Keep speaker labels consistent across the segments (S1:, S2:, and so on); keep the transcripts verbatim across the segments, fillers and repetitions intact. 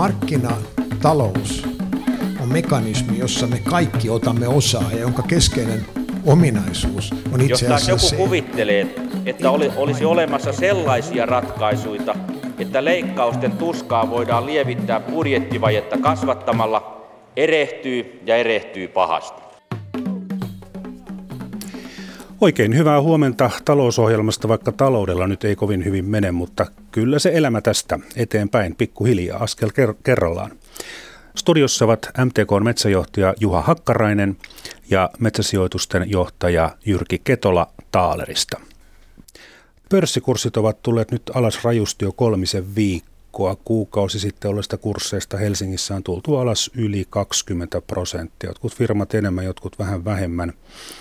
S1: markkinatalous on mekanismi, jossa me kaikki otamme osaa ja jonka keskeinen ominaisuus on itse asiassa
S2: Jos
S1: se.
S2: joku kuvittelee, että oli, olisi olemassa sellaisia ratkaisuja, että leikkausten tuskaa voidaan lievittää budjettivajetta kasvattamalla, erehtyy ja erehtyy pahasti.
S3: Oikein hyvää huomenta talousohjelmasta, vaikka taloudella nyt ei kovin hyvin mene, mutta kyllä se elämä tästä eteenpäin pikkuhiljaa askel kerrallaan. Studiossa ovat M T K:n metsäjohtaja Juha Hakkarainen ja metsäsijoitusten johtaja Jyrki Ketola Taalerista. Pörssikurssit ovat tulleet nyt alas rajusti jo kolmisen viikkoa. Kuukausi sitten olleista kursseista Helsingissä on tultu alas yli kaksikymmentä prosenttia. Jotkut firmat enemmän, jotkut vähän vähemmän.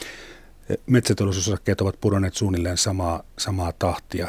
S3: Metsäteollisuusosakkeet ovat pudonneet suunnilleen samaa, samaa tahtia.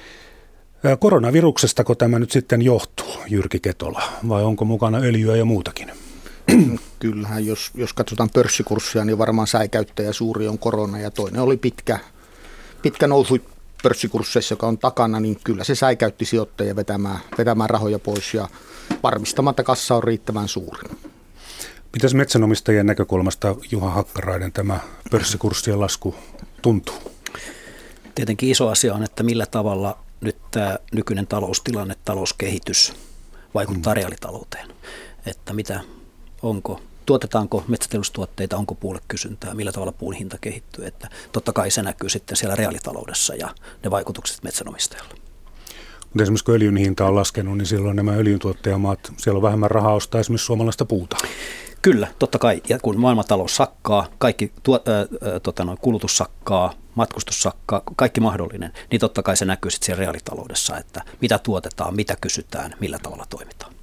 S3: Koronaviruksestako tämä nyt sitten johtuu, Jyrki Ketola, vai onko mukana öljyä ja muutakin?
S4: Kyllähän, jos, jos katsotaan pörssikurssia, niin varmaan säikäyttäjä suuri on korona ja toinen oli pitkä, pitkä nousu pörssikursseissa, joka on takana, niin kyllä se säikäytti sijoittajia vetämään, vetämään rahoja pois ja varmistamatta kassa on riittävän suuri.
S3: Mitäs metsänomistajien näkökulmasta, Juha Hakkarainen, tämä pörssikurssien lasku tuntuu?
S5: Tietenkin iso asia on, että millä tavalla nyt tämä nykyinen taloustilanne, talouskehitys vaikuttaa mm. reaalitalouteen. Että mitä, onko, tuotetaanko metsäteollisuustuotteita, onko puulle kysyntää, millä tavalla puun hinta kehittyy. Että totta kai se näkyy sitten siellä reaalitaloudessa ja ne vaikutukset metsänomistajalle.
S3: Mutta esimerkiksi kun öljyn hinta on laskenut, niin silloin nämä öljyntuottajamaat, siellä on vähemmän rahaa ostaa esimerkiksi suomalaista puuta.
S5: Kyllä, totta kai. Ja kun maailmantalous sakkaa, kaikki tuo, äh, tota noin, kulutus sakkaa, matkustus sakkaa, kaikki mahdollinen, niin totta kai se näkyy sitten siellä reaalitaloudessa, että mitä tuotetaan, mitä kysytään, millä tavalla toimitaan.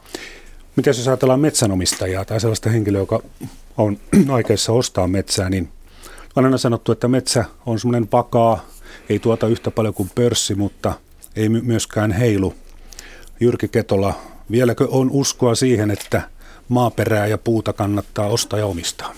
S3: Miten jos ajatellaan metsänomistajaa tai sellaista henkilöä, joka on aikeissa ostaa metsää, niin on aina sanottu, että metsä on semmoinen vakaa, ei tuota yhtä paljon kuin pörssi, mutta ei myöskään heilu. Jyrki Ketola, vieläkö on uskoa siihen, että maaperää ja puuta kannattaa ostaa ja omistaa?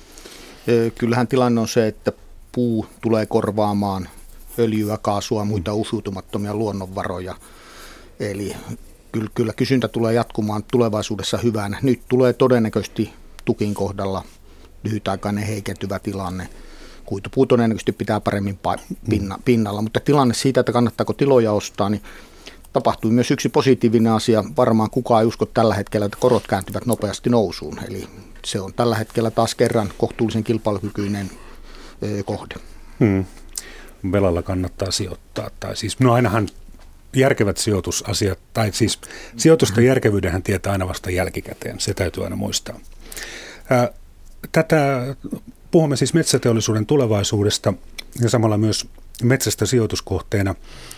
S4: Kyllähän tilanne on se, että puu tulee korvaamaan öljyä, kaasua ja muita uusiutumattomia luonnonvaroja. Eli kyllä, kyllä kysyntä tulee jatkumaan tulevaisuudessa hyvänä. Nyt tulee todennäköisesti tukin kohdalla lyhytaikainen heikentyvä tilanne. Kuitupuu todennäköisesti pitää paremmin pinna, pinnalla, mutta tilanne siitä, että kannattaako tiloja ostaa, niin tapahtui myös yksi positiivinen asia. Varmaan kukaan ei usko tällä hetkellä, että korot kääntyvät nopeasti nousuun. Eli se on tällä hetkellä taas kerran kohtuullisen kilpailukykyinen ö, kohde.
S3: Hmm. Velalla kannattaa sijoittaa. Tai siis, no ainahan järkevät sijoitusasiat, tai siis sijoitusten järkevyydenhän tietää aina vasta jälkikäteen. Se täytyy aina muistaa. Ää, tätä puhumme siis metsäteollisuuden tulevaisuudesta ja samalla myös metsästä sijoituskohteena.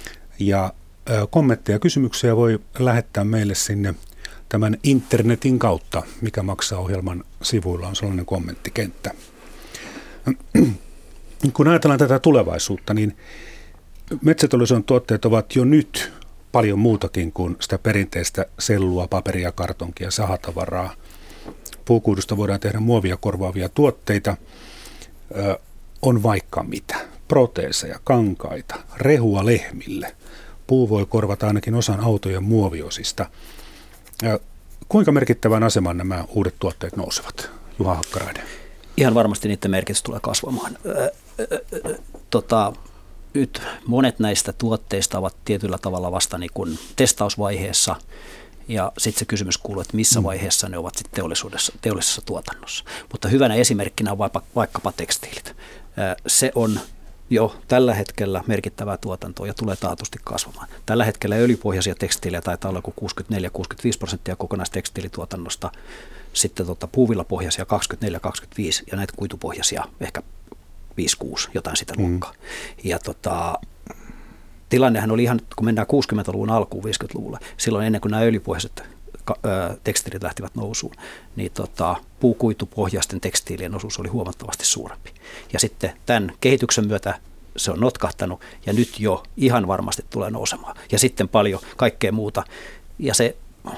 S3: Ja kommentteja ja kysymyksiä voi lähettää meille sinne tämän internetin kautta, mikä maksaa ohjelman sivuilla, on sellainen kommenttikenttä. Kun ajatellaan tätä tulevaisuutta, niin metsäteollisuuden tuotteet ovat jo nyt paljon muutakin kuin sitä perinteistä sellua, paperia, kartonkia, sahatavaraa. Puukuidusta voidaan tehdä muovia korvaavia tuotteita. Ö, on vaikka mitä. Proteeseja, kankaita, rehua lehmille. Puu voi korvata ainakin osan autojen muoviosista. Ja kuinka merkittävän aseman nämä uudet tuotteet nousevat, Juha Hakkarainen?
S5: Ihan varmasti niiden merkitys tulee kasvamaan. Tota, nyt monet näistä tuotteista ovat tietyllä tavalla vasta niin kuin testausvaiheessa. Ja sitten se kysymys kuuluu, että missä vaiheessa ne ovat sitten teollisuudessa, teollisessa tuotannossa. Mutta hyvänä esimerkkinä on vaikka, vaikkapa tekstiilit. Se on jo tällä hetkellä merkittävää tuotantoa ja tulee taatusti kasvamaan. Tällä hetkellä öljypohjaisia tekstiilejä taitaa olla kuin kuusikymmentäneljä kuusikymmentäviisi prosenttia kokonaistekstiilituotannosta, sitten tota puuvillapohjaisia kaksikymmentäneljä kaksikymmentäviisi ja näitä kuitupohjaisia ehkä viisi kuusi, jotain sitä luokkaa. Mm. Ja tota, tilannehan oli ihan, kun mennään kuusikymmentäluvun alkuun, viisikymmentäluvulle, silloin ennen kuin nämä öljypohjaiset tekstiilit lähtivät nousuun, niin tota, puukuitupohjaisten tekstiilien osuus oli huomattavasti suurempi. Ja sitten tämän kehityksen myötä se on notkahtanut ja nyt jo ihan varmasti tulee nousemaan. Ja sitten paljon kaikkea muuta. Ja se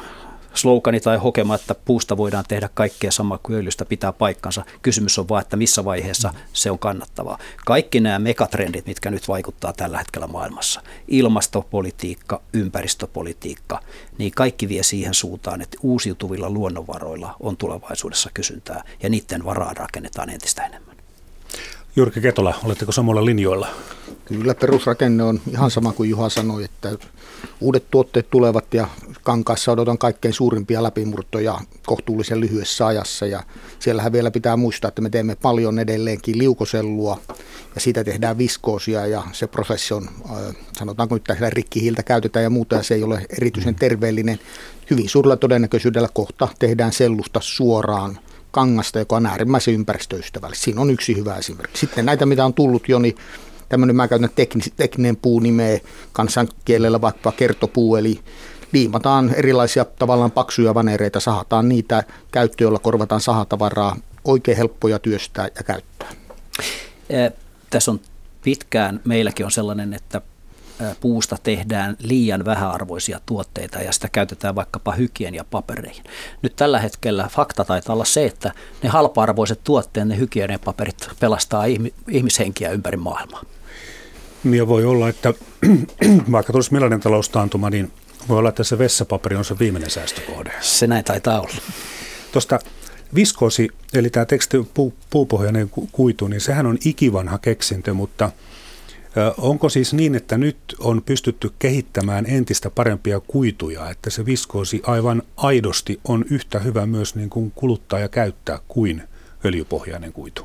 S5: slogani tai hokema, että puusta voidaan tehdä kaikkea samaa kuin öljystä, pitää paikkansa. Kysymys on vaan, että missä vaiheessa se on kannattavaa. Kaikki nämä megatrendit, mitkä nyt vaikuttaa tällä hetkellä maailmassa, ilmastopolitiikka, ympäristöpolitiikka, niin kaikki vie siihen suuntaan, että uusiutuvilla luonnonvaroilla on tulevaisuudessa kysyntää ja niiden varaan rakennetaan entistä enemmän.
S3: Jyrki Ketola, oletteko samalla linjoilla?
S4: Kyllä perusrakenne on ihan sama kuin Juha sanoi, että uudet tuotteet tulevat ja kankaassa odotan kaikkein suurimpia läpimurtoja kohtuullisen lyhyessä ajassa. Ja siellähän vielä pitää muistaa, että me teemme paljon edelleenkin liukosellua ja siitä tehdään viskoosia ja se prosessi on, sanotaanko nyt tässä rikkihiiltä käytetään ja muuta ja se ei ole erityisen terveellinen. Hyvin suurella todennäköisyydellä kohta tehdään sellusta suoraan kangasta, joka on äärimmäisen ympäristöystävällistä. Siinä on yksi hyvä esimerkki. Sitten näitä, mitä on tullut jo, niin tämmöinen, mä käytän teknis, tekninen puu nimeä kansankielellä vaikka kertopuu, eli liimataan erilaisia tavallaan paksuja vanereita, sahataan niitä käyttöön, joilla korvataan sahatavaraa, oikein helppoja työstää ja käyttää.
S5: Ee, tässä on pitkään, meilläkin on sellainen, että puusta tehdään liian vähäarvoisia tuotteita ja sitä käytetään vaikkapa hygieniapapereihin. Nyt tällä hetkellä fakta taitaa olla se, että ne halpa-arvoiset tuotteet, ne hygieniapaperit pelastaa ihmishenkiä ympäri maailmaa.
S3: Ja voi olla, että vaikka tulisi millainen taloustaantuma, niin voi olla, että se vessapaperi on se viimeinen säästökohde.
S5: Se näin taitaa olla.
S3: Tuosta viskoosi, eli tämä teksti puu, puupohjainen kuitu, niin sehän on ikivanha keksintö, mutta onko siis niin, että nyt on pystytty kehittämään entistä parempia kuituja, että se viskoosi aivan aidosti on yhtä hyvä myös niin kuin kuluttaa ja käyttää kuin öljypohjainen kuitu?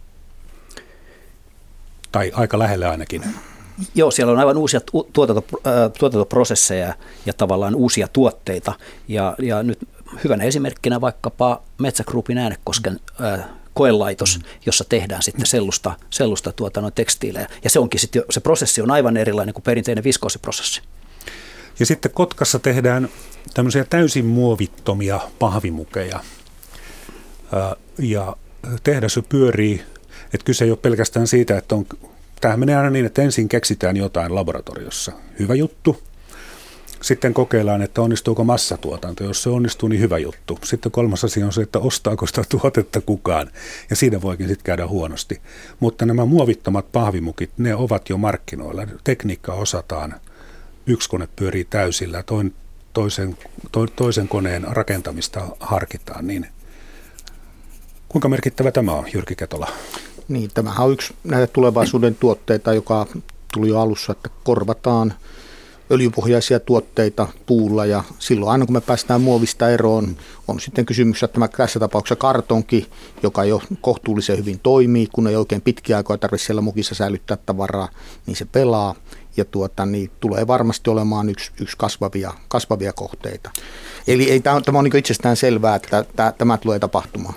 S3: Tai aika lähellä ainakin.
S5: Joo, siellä on aivan uusia tuotanto, tuotantoprosesseja ja tavallaan uusia tuotteita. Ja, ja nyt hyvänä esimerkkinä vaikkapa Metsä Groupin Äänekosken ää, koelaitos, jossa tehdään sitten sellusta, sellusta tuotannon tekstiilejä. Ja se onkin sitten, se prosessi on aivan erilainen kuin perinteinen viskoosiprosessi.
S3: Ja sitten Kotkassa tehdään tämmöisiä täysin muovittomia pahvimukeja. Ja tehdas pyörii, että kyse ei ole pelkästään siitä, että on, tämähän menee aina niin, että ensin keksitään jotain laboratoriossa. Hyvä juttu. Sitten kokeillaan, että onnistuuko massatuotanto. Jos se onnistuu, niin hyvä juttu. Sitten kolmas asia on se, että ostaako sitä tuotetta kukaan. Ja siinä voikin sitten käydä huonosti. Mutta nämä muovittomat pahvimukit, ne ovat jo markkinoilla. Tekniikka osataan. Yksi kone pyörii täysillä, toisen, to, toisen koneen rakentamista harkitaan. Niin kuinka merkittävä tämä on, Jyrki Ketola?
S4: Niin, tämähän on yksi näitä tulevaisuuden tuotteita, joka tuli jo alussa, että korvataan öljypohjaisia tuotteita puulla ja silloin aina kun me päästään muovista eroon, on sitten kysymyksessä tämä tässä tapauksessa kartonki, joka jo kohtuullisen hyvin toimii, kun ei oikein pitkiä aikoja tarvitse siellä mukissa säilyttää tavaraa, niin se pelaa ja tuota, niin tulee varmasti olemaan yksi, yksi kasvavia, kasvavia kohteita. Eli ei, tämä on niin itsestään selvää, että tämä, tämä tulee tapahtumaan.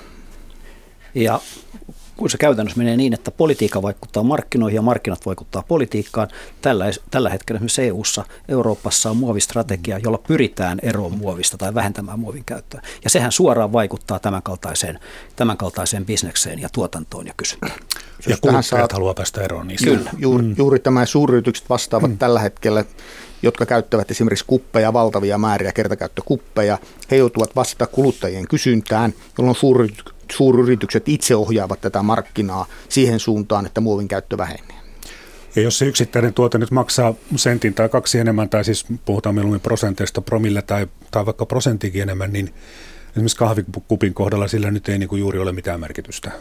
S5: Ja kun se käytännössä menee niin, että politiikka vaikuttaa markkinoihin ja markkinat vaikuttaa politiikkaan, tällä, tällä hetkellä esimerkiksi E U:ssa, Euroopassa on muovistrategia, jolla pyritään eroon muovista tai vähentämään muovin käyttöä. Ja sehän suoraan vaikuttaa tämänkaltaiseen, tämänkaltaiseen bisnekseen ja tuotantoon ja kysyntään.
S3: Ja kuluttajat saa, haluaa päästä eroon niistä.
S5: Kyllä.
S4: Juuri, mm. juuri tämä suuryritykset vastaavat mm. tällä hetkellä, jotka käyttävät esimerkiksi kuppeja, valtavia määriä kertakäyttökuppeja. He joutuvat vastata kuluttajien kysyntään, jolloin suuryritykset suuryritykset itse ohjaavat tätä markkinaa siihen suuntaan, että muovin käyttö vähenee.
S3: Ja jos se yksittäinen tuote nyt maksaa sentin tai kaksi enemmän, tai siis puhutaan mieluummin prosenteista promille tai, tai vaikka prosenttikin enemmän, niin esimerkiksi kahvikupin kohdalla sillä nyt ei niin kuin juuri ole mitään merkitystä.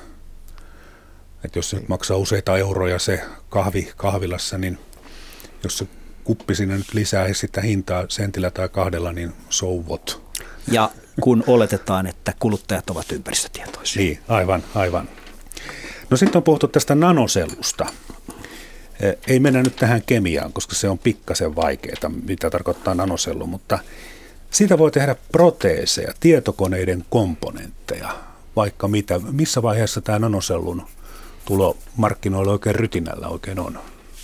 S3: Että jos se nyt maksaa useita euroja se kahvi kahvilassa, niin jos se kuppi siinä nyt lisää sitä hintaa sentillä tai kahdella, niin so what?
S5: Ja kun oletetaan, että kuluttajat ovat ympäristötietoisia.
S3: Niin, aivan, aivan. No sitten on puhuttu tästä nanosellusta. Ei mennä nyt tähän kemiaan, koska se on pikkasen vaikeaa, mitä tarkoittaa nanosellu, mutta siitä voi tehdä proteeseja, tietokoneiden komponentteja, vaikka mitä. Missä vaiheessa tämä nanosellun tulo markkinoille oikein rytinällä oikein on?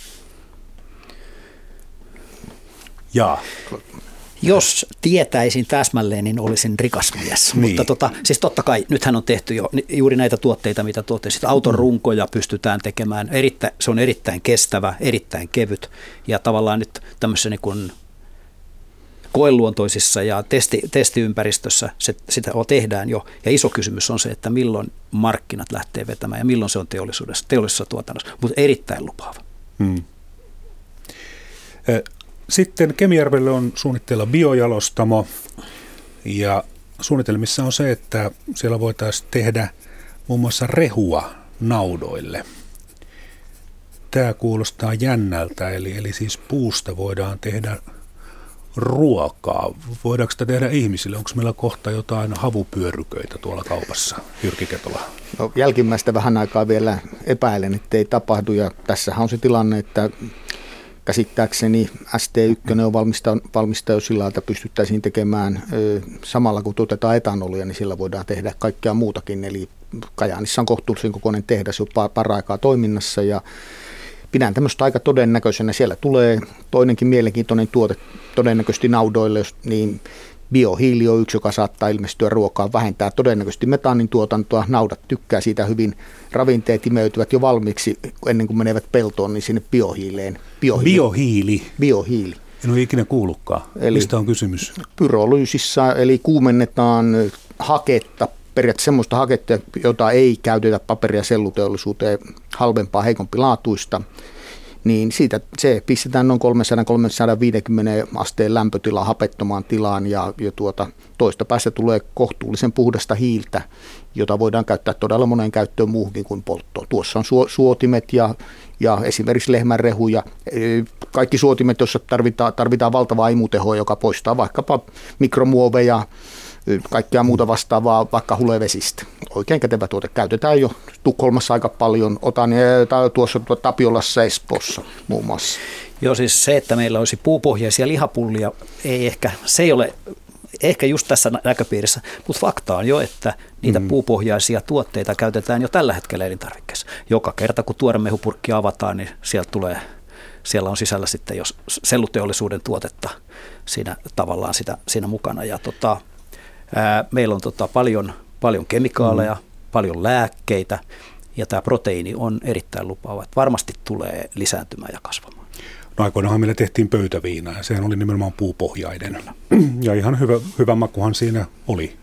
S3: Jaa.
S5: Jos tietäisin täsmälleen, niin olisin rikas mies. Niin. Mutta tota, siis totta kai, nythän on tehty jo juuri näitä tuotteita, mitä totesit. Auton runkoja pystytään tekemään. Erittä, se on erittäin kestävä, erittäin kevyt. Ja tavallaan nyt tämmöisessä niin kuin koeluontoisissa ja testi, testiympäristössä se, sitä tehdään jo. Ja iso kysymys on se, että milloin markkinat lähtee vetämään ja milloin se on teollisuudessa, teollisessa tuotannossa, mutta erittäin lupaava. Hmm.
S3: Sitten Kemijärvelle on suunnitteilla biojalostamo ja suunnitelmissa on se, että siellä voitaisiin tehdä muun muassa rehua naudoille. Tämä kuulostaa jännältä, eli, eli siis puusta voidaan tehdä ruokaa. Voidaanko sitä tehdä ihmisille? Onko meillä kohta jotain havupyöryköitä tuolla kaupassa, Jyrki Ketola?
S4: No, jälkimmäistä vähän aikaa vielä epäilen, että ei tapahdu. Ja tässähän on se tilanne, että käsittääkseni S T yksi on valmista jo sillä, että pystyttäisiin tekemään ö, samalla kun tuotetaan etanolia, niin sillä voidaan tehdä kaikkea muutakin. Eli Kajaanissa on kohtuullisen kokoinen tehdas jo paraikaa toiminnassa ja pidän tämmöistä aika todennäköisenä. Siellä tulee toinenkin mielenkiintoinen tuote todennäköisesti naudoille, niin biohiili on yksi, joka saattaa ilmestyä ruokaan, vähentää todennäköisesti metaanin tuotantoa. Naudat tykkää siitä hyvin. Ravinteet imeytyvät jo valmiiksi ennen kuin menevät peltoon, niin sinne biohiileen.
S3: Biohiili? Biohiili.
S4: Biohiili.
S3: En ole ikinä kuullutkaan. Eli mistä on kysymys?
S4: Pyrolyysissä, eli kuumennetaan haketta, periaatteessa semmoista haketta, jota ei käytetä paperi- ja selluteollisuuteen, halvempaa, heikompi laatuista, niin siitä se pistetään noin kolmesataa kolmesataaviisikymmentä asteen lämpötila hapettomaan tilaan ja, ja tuota, toista päästä tulee kohtuullisen puhdasta hiiltä, jota voidaan käyttää todella moneen käyttöön muuhunkin kuin polttoon. Tuossa on su- suotimet ja, ja esimerkiksi lehmänrehu ja kaikki suotimet, joissa tarvitaan, tarvitaan valtavaa imutehoa, joka poistaa vaikkapa mikromuoveja, kaikkea muuta vastaavaa vaikka hulevesistä. Oikein kätevä tuote käytetään jo Tukholmassa aika paljon, otan tai tuossa Tapiolassa Espoossa muun muassa.
S5: Joo, siis se, että meillä olisi puupohjaisia lihapullia, ei ehkä, se ei ole ehkä just tässä näköpiirissä, mutta fakta on jo, että niitä mm. puupohjaisia tuotteita käytetään jo tällä hetkellä elintarvikkeessa. Joka kerta kun tuoremehupurkki avataan, niin sieltä tulee, siellä on sisällä sitten jos selluteollisuuden tuotetta siinä tavallaan sitä, siinä mukana ja tota, ää, meillä on tota paljon, paljon kemikaaleja, mm. paljon lääkkeitä ja tämä proteiini on erittäin lupaava, että varmasti tulee lisääntymään ja kasvamaan.
S3: No aikoinaanhan meillä tehtiin pöytäviinaa ja sehän oli nimenomaan puupohjainen. Ja ihan hyvä, hyvä makuhan siinä oli.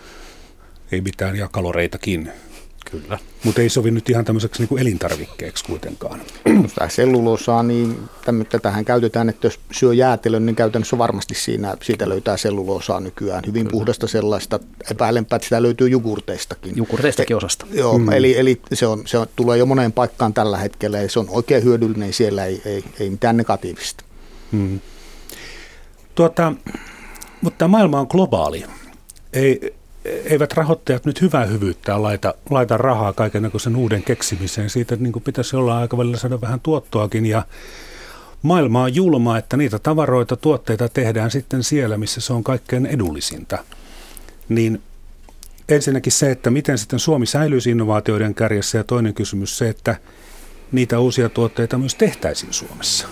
S3: Ei mitään ja kaloreitakin.
S5: Kyllä.
S3: Mutta ei sovi nyt ihan tämmöiseksi niin kuin elintarvikkeeksi kuitenkaan.
S4: Tämä selluloosaa, niin tätähän käytetään, että jos syö jäätelön, niin käytännössä varmasti siinä, siitä löytää selluloosaa nykyään. Hyvin Kyllä. puhdasta sellaista. Epäilenpä, että sitä löytyy jogurteistakin.
S5: Jogurteistakin osasta.
S4: E, joo, mm. eli, eli se, on, se on, tulee jo moneen paikkaan tällä hetkellä ja se on oikein hyödyllinen. Siellä ei, ei, ei mitään negatiivista.
S3: Mm. Tuota, mutta maailma on globaali. Ei... Eivät rahoittajat nyt hyvää hyvyyttään laita, laita rahaa kaikennäköisen uuden keksimiseen. Siitä niin kuin pitäisi olla aikavälillä saada vähän tuottoakin. Ja maailma on julma, että niitä tavaroita, tuotteita tehdään sitten siellä, missä se on kaikkein edullisinta. Niin ensinnäkin se, että miten sitten Suomi säilyisi innovaatioiden kärjessä. Ja toinen kysymys se, että niitä uusia tuotteita myös tehtäisiin Suomessa.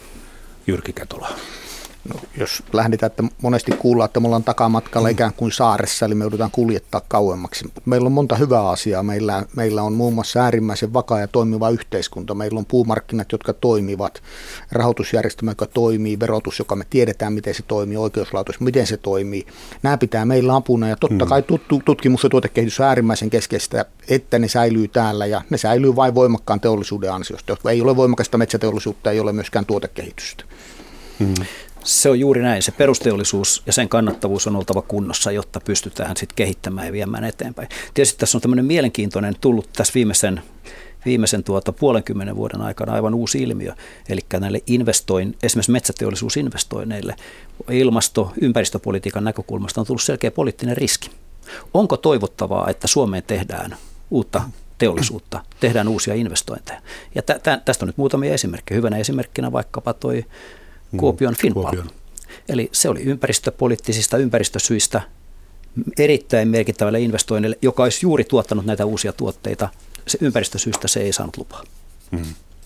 S3: Jyrki Ketola.
S4: No, jos lähdetään, että monesti kuullaan, että me ollaan takamatkalla mm. ikään kuin saaressa, eli me joudutaan kuljettaa kauemmaksi. Meillä on monta hyvää asiaa. Meillä, meillä on muun muassa äärimmäisen vakaa ja toimiva yhteiskunta. Meillä on puumarkkinat, jotka toimivat, rahoitusjärjestelmä, joka toimii, verotus, joka me tiedetään, miten se toimii, oikeuslaitos, miten se toimii. Nämä pitää meillä apuna ja totta kai tutkimus ja tuotekehitys on äärimmäisen keskeistä, että ne säilyy täällä ja ne säilyy vain voimakkaan teollisuuden ansiosta. Jos ei ole voimakasta metsäteollisuutta, ei ole myöskään tuotekehitystä.
S3: Mm.
S5: Se on juuri näin. Se perusteollisuus ja sen kannattavuus on oltava kunnossa, jotta pystytään sitten kehittämään ja viemään eteenpäin. Tietysti tässä on tämmöinen mielenkiintoinen tullut tässä viimeisen, viimeisen tuota puolenkymmenen vuoden aikana aivan uusi ilmiö. Eli näille investoin, esimerkiksi metsäteollisuusinvestoinneille ilmasto- ympäristöpolitiikan näkökulmasta on tullut selkeä poliittinen riski. Onko toivottavaa, että Suomeen tehdään uutta teollisuutta, tehdään uusia investointeja? Ja tä, tä, tästä on nyt muutamia esimerkkejä. Hyvänä esimerkkinä vaikkapa toi Kuopion Finnpulp. Eli se oli ympäristöpoliittisista ympäristösyistä erittäin merkittävälle investoinnille, joka olisi juuri tuottanut näitä uusia tuotteita. Se ympäristösyistä se ei saanut lupaa.
S3: Hmm.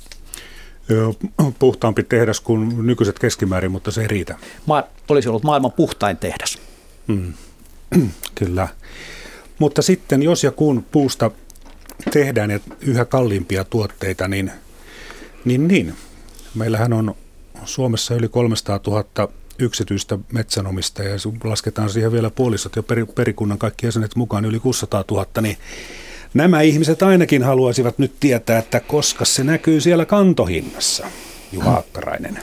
S3: Puhtaampi tehdas kuin nykyiset keskimäärin, mutta se ei riitä.
S5: Ma- olisi ollut maailman puhtain tehdas.
S3: Hmm. Kyllä. Mutta sitten jos ja kun puusta tehdään yhä kalliimpia tuotteita, niin, niin, niin meillähän on Suomessa yli kolmesataatuhatta yksityistä metsänomistajaa ja lasketaan siihen vielä puolisot ja perikunnan kaikki jäsenet mukaan yli kuusisataatuhatta, niin nämä ihmiset ainakin haluaisivat nyt tietää, että koska se näkyy siellä kantohinnassa, Juha Hakkarainen.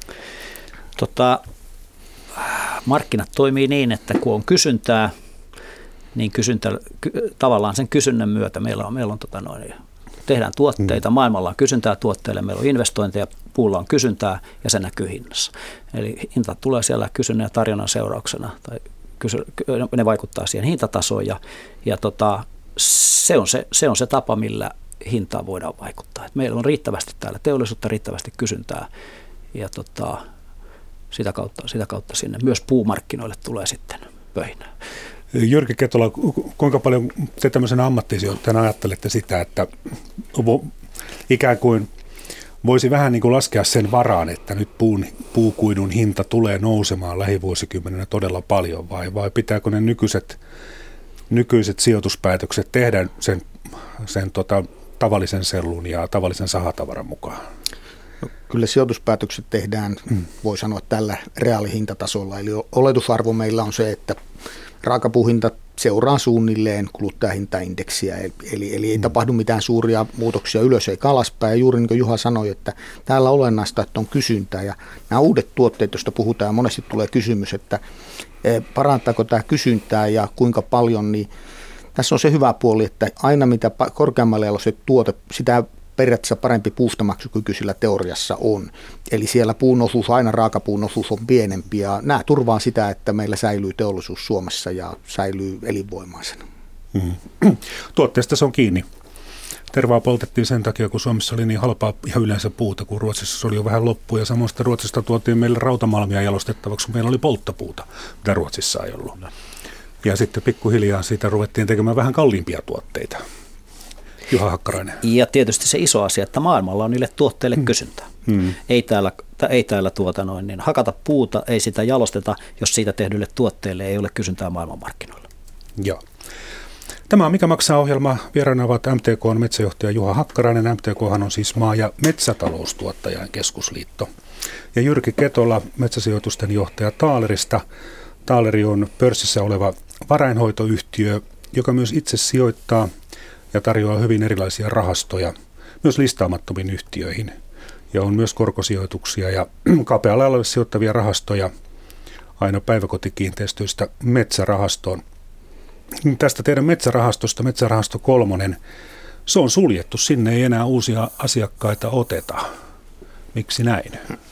S5: Tota, markkinat toimii niin, että kun on kysyntää, niin kysyntä, tavallaan sen kysynnän myötä meillä on, meillä on tota noin, tehdään tuotteita, maailmalla on kysyntää tuotteille, meillä on investointeja, puulla on kysyntää ja se näkyy hinnassa. Eli hinta tulee siellä kysynnän ja tarjonnan seurauksena, tai kysy, ne vaikuttaa siihen hintatasoon ja, ja tota, se, on se, se on se tapa, millä hintaan voidaan vaikuttaa. Et meillä on riittävästi täällä teollisuutta, riittävästi kysyntää ja tota, sitä, kautta, sitä kautta sinne myös puumarkkinoille tulee sitten pöhinää.
S3: Jyrki Ketola, kuinka paljon te tämmöisenä ammattisijoittajana ajattelette sitä, että ikään kuin voisi vähän niin kuin laskea sen varaan, että nyt puun, puukuidun hinta tulee nousemaan lähivuosikymmenenä todella paljon, vai, vai pitääkö ne nykyiset, nykyiset sijoituspäätökset tehdä sen, sen tota, tavallisen sellun ja tavallisen sahatavaran mukaan?
S4: No, kyllä sijoituspäätökset tehdään, hmm. voi sanoa, tällä reaalihintatasolla, eli oletusarvo meillä on se, että raakapuuhinta seuraa suunnilleen kuluttajahintaindeksiä, eli, eli ei tapahdu mitään suuria muutoksia ylös eikä alaspäin. Ja juuri niin kuin Juha sanoi, että täällä on olennaista, että on kysyntää. Ja nämä uudet tuotteet, joista puhutaan, ja monesti tulee kysymys, että parantaako tämä kysyntää ja kuinka paljon, niin tässä on se hyvä puoli, että aina mitä korkeammalle jalostettu tuote, sitä periaatteessa parempi puusta maksukykyisillä teoriassa on. Eli siellä puun osuus, aina raakapuun osuus on pienempi ja nämä turvaa sitä, että meillä säilyy teollisuus Suomessa ja säilyy elinvoimaisena.
S3: Mm-hmm. Tuotteesta se on kiinni. Tervaa poltettiin sen takia, kun Suomessa oli niin halpaa ja yleensä puuta, kun Ruotsissa se oli jo vähän loppu. Ja samoista Ruotsista tuotiin meille rautamalmia jalostettavaksi, kun meillä oli polttopuuta, mitä Ruotsissa ei ollut. Ja sitten pikkuhiljaa siitä ruvettiin tekemään vähän kalliimpia tuotteita. Juha Hakkarainen. Ja
S5: tietysti se iso asia, että maailmalla on niille tuotteille hmm. kysyntää. Hmm. Ei täällä, ei täällä tuota noin, niin hakata puuta, ei sitä jalosteta, jos siitä tehdyille tuotteille ei ole kysyntää maailmanmarkkinoilla.
S3: Joo. Tämä on Mikä maksaa -ohjelma. Vieraana ovat M T K:n metsäjohtaja Juha Hakkarainen. M T K:han on siis maa- ja metsätaloustuottajain keskusliitto. Ja Jyrki Ketola, metsäsijoitusten johtaja Taalerista. Taaleri on pörssissä oleva varainhoitoyhtiö, joka myös itse sijoittaa ja tarjoaa hyvin erilaisia rahastoja myös listaamattomiin yhtiöihin. Ja on myös korkosijoituksia ja kapealla alalle sijoittavia rahastoja aina päiväkotikiinteistöistä metsärahastoon. Tästä teidän metsärahastosta, metsärahasto kolmonen, se on suljettu, sinne ei enää uusia asiakkaita oteta. Miksi näin?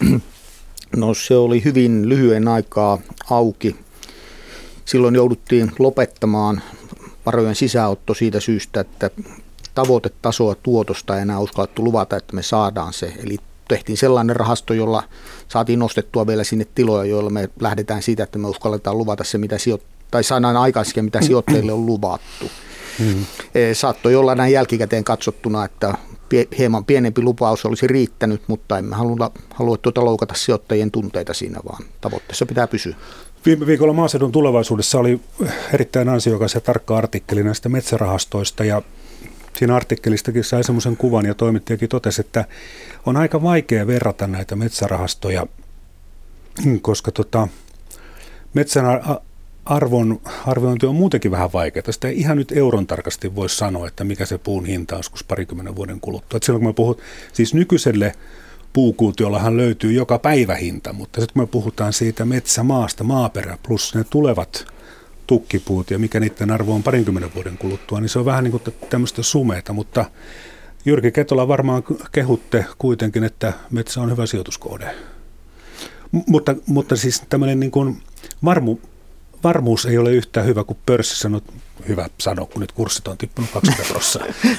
S4: No se oli hyvin lyhyen aikaa auki. Silloin jouduttiin lopettamaan varojen sisäänotto siitä syystä, että tavoitetasoa tuotosta ei enää uskallettu luvata, että me saadaan se. Eli tehtiin sellainen rahasto, jolla saatiin nostettua vielä sinne tiloja, joilla me lähdetään siitä, että me uskalletaan luvata se, mitä sijo- tai saadaan aikaisemmin, mitä sijoittajille on luvattu. Mm-hmm. Saattoi olla näin jälkikäteen katsottuna, että hieman pienempi lupaus olisi riittänyt, mutta emme halua, halua tuota loukata sijoittajien tunteita siinä, vaan tavoitteessa pitää pysyä.
S3: Viime viikolla Maaseudun Tulevaisuudessa oli erittäin ansiokas ja tarkka artikkeli näistä metsärahastoista, ja siinä artikkelistakin sai semmoisen kuvan ja toimittajakin totesi, että on aika vaikea verrata näitä metsärahastoja, koska tota, metsän arvon arviointi on muutenkin vähän vaikeaa. Sitä ei ihan nyt euron tarkasti voi sanoa, että mikä se puun hinta on joskus parikymmenen vuoden kuluttua. Et silloin kun me puhut, siis nykyiselle puukuutiollahan löytyy joka päivä hinta, mutta sitten kun me puhutaan siitä metsämaasta, maaperä plus ne tulevat tukkipuut ja mikä niiden arvo on parinkymmenen vuoden kuluttua, niin se on vähän niin kuin tämmöistä sumeita, mutta Jyrki Ketola varmaan kehutte kuitenkin, että metsä on hyvä sijoituskohde. M- mutta, mutta siis tämmöinen niin kuin varmu, varmuus ei ole yhtä hyvä kuin pörssissä, no hyvä sanoa, kun nyt kurssit on tippunut kaksikymmentä prosenttia.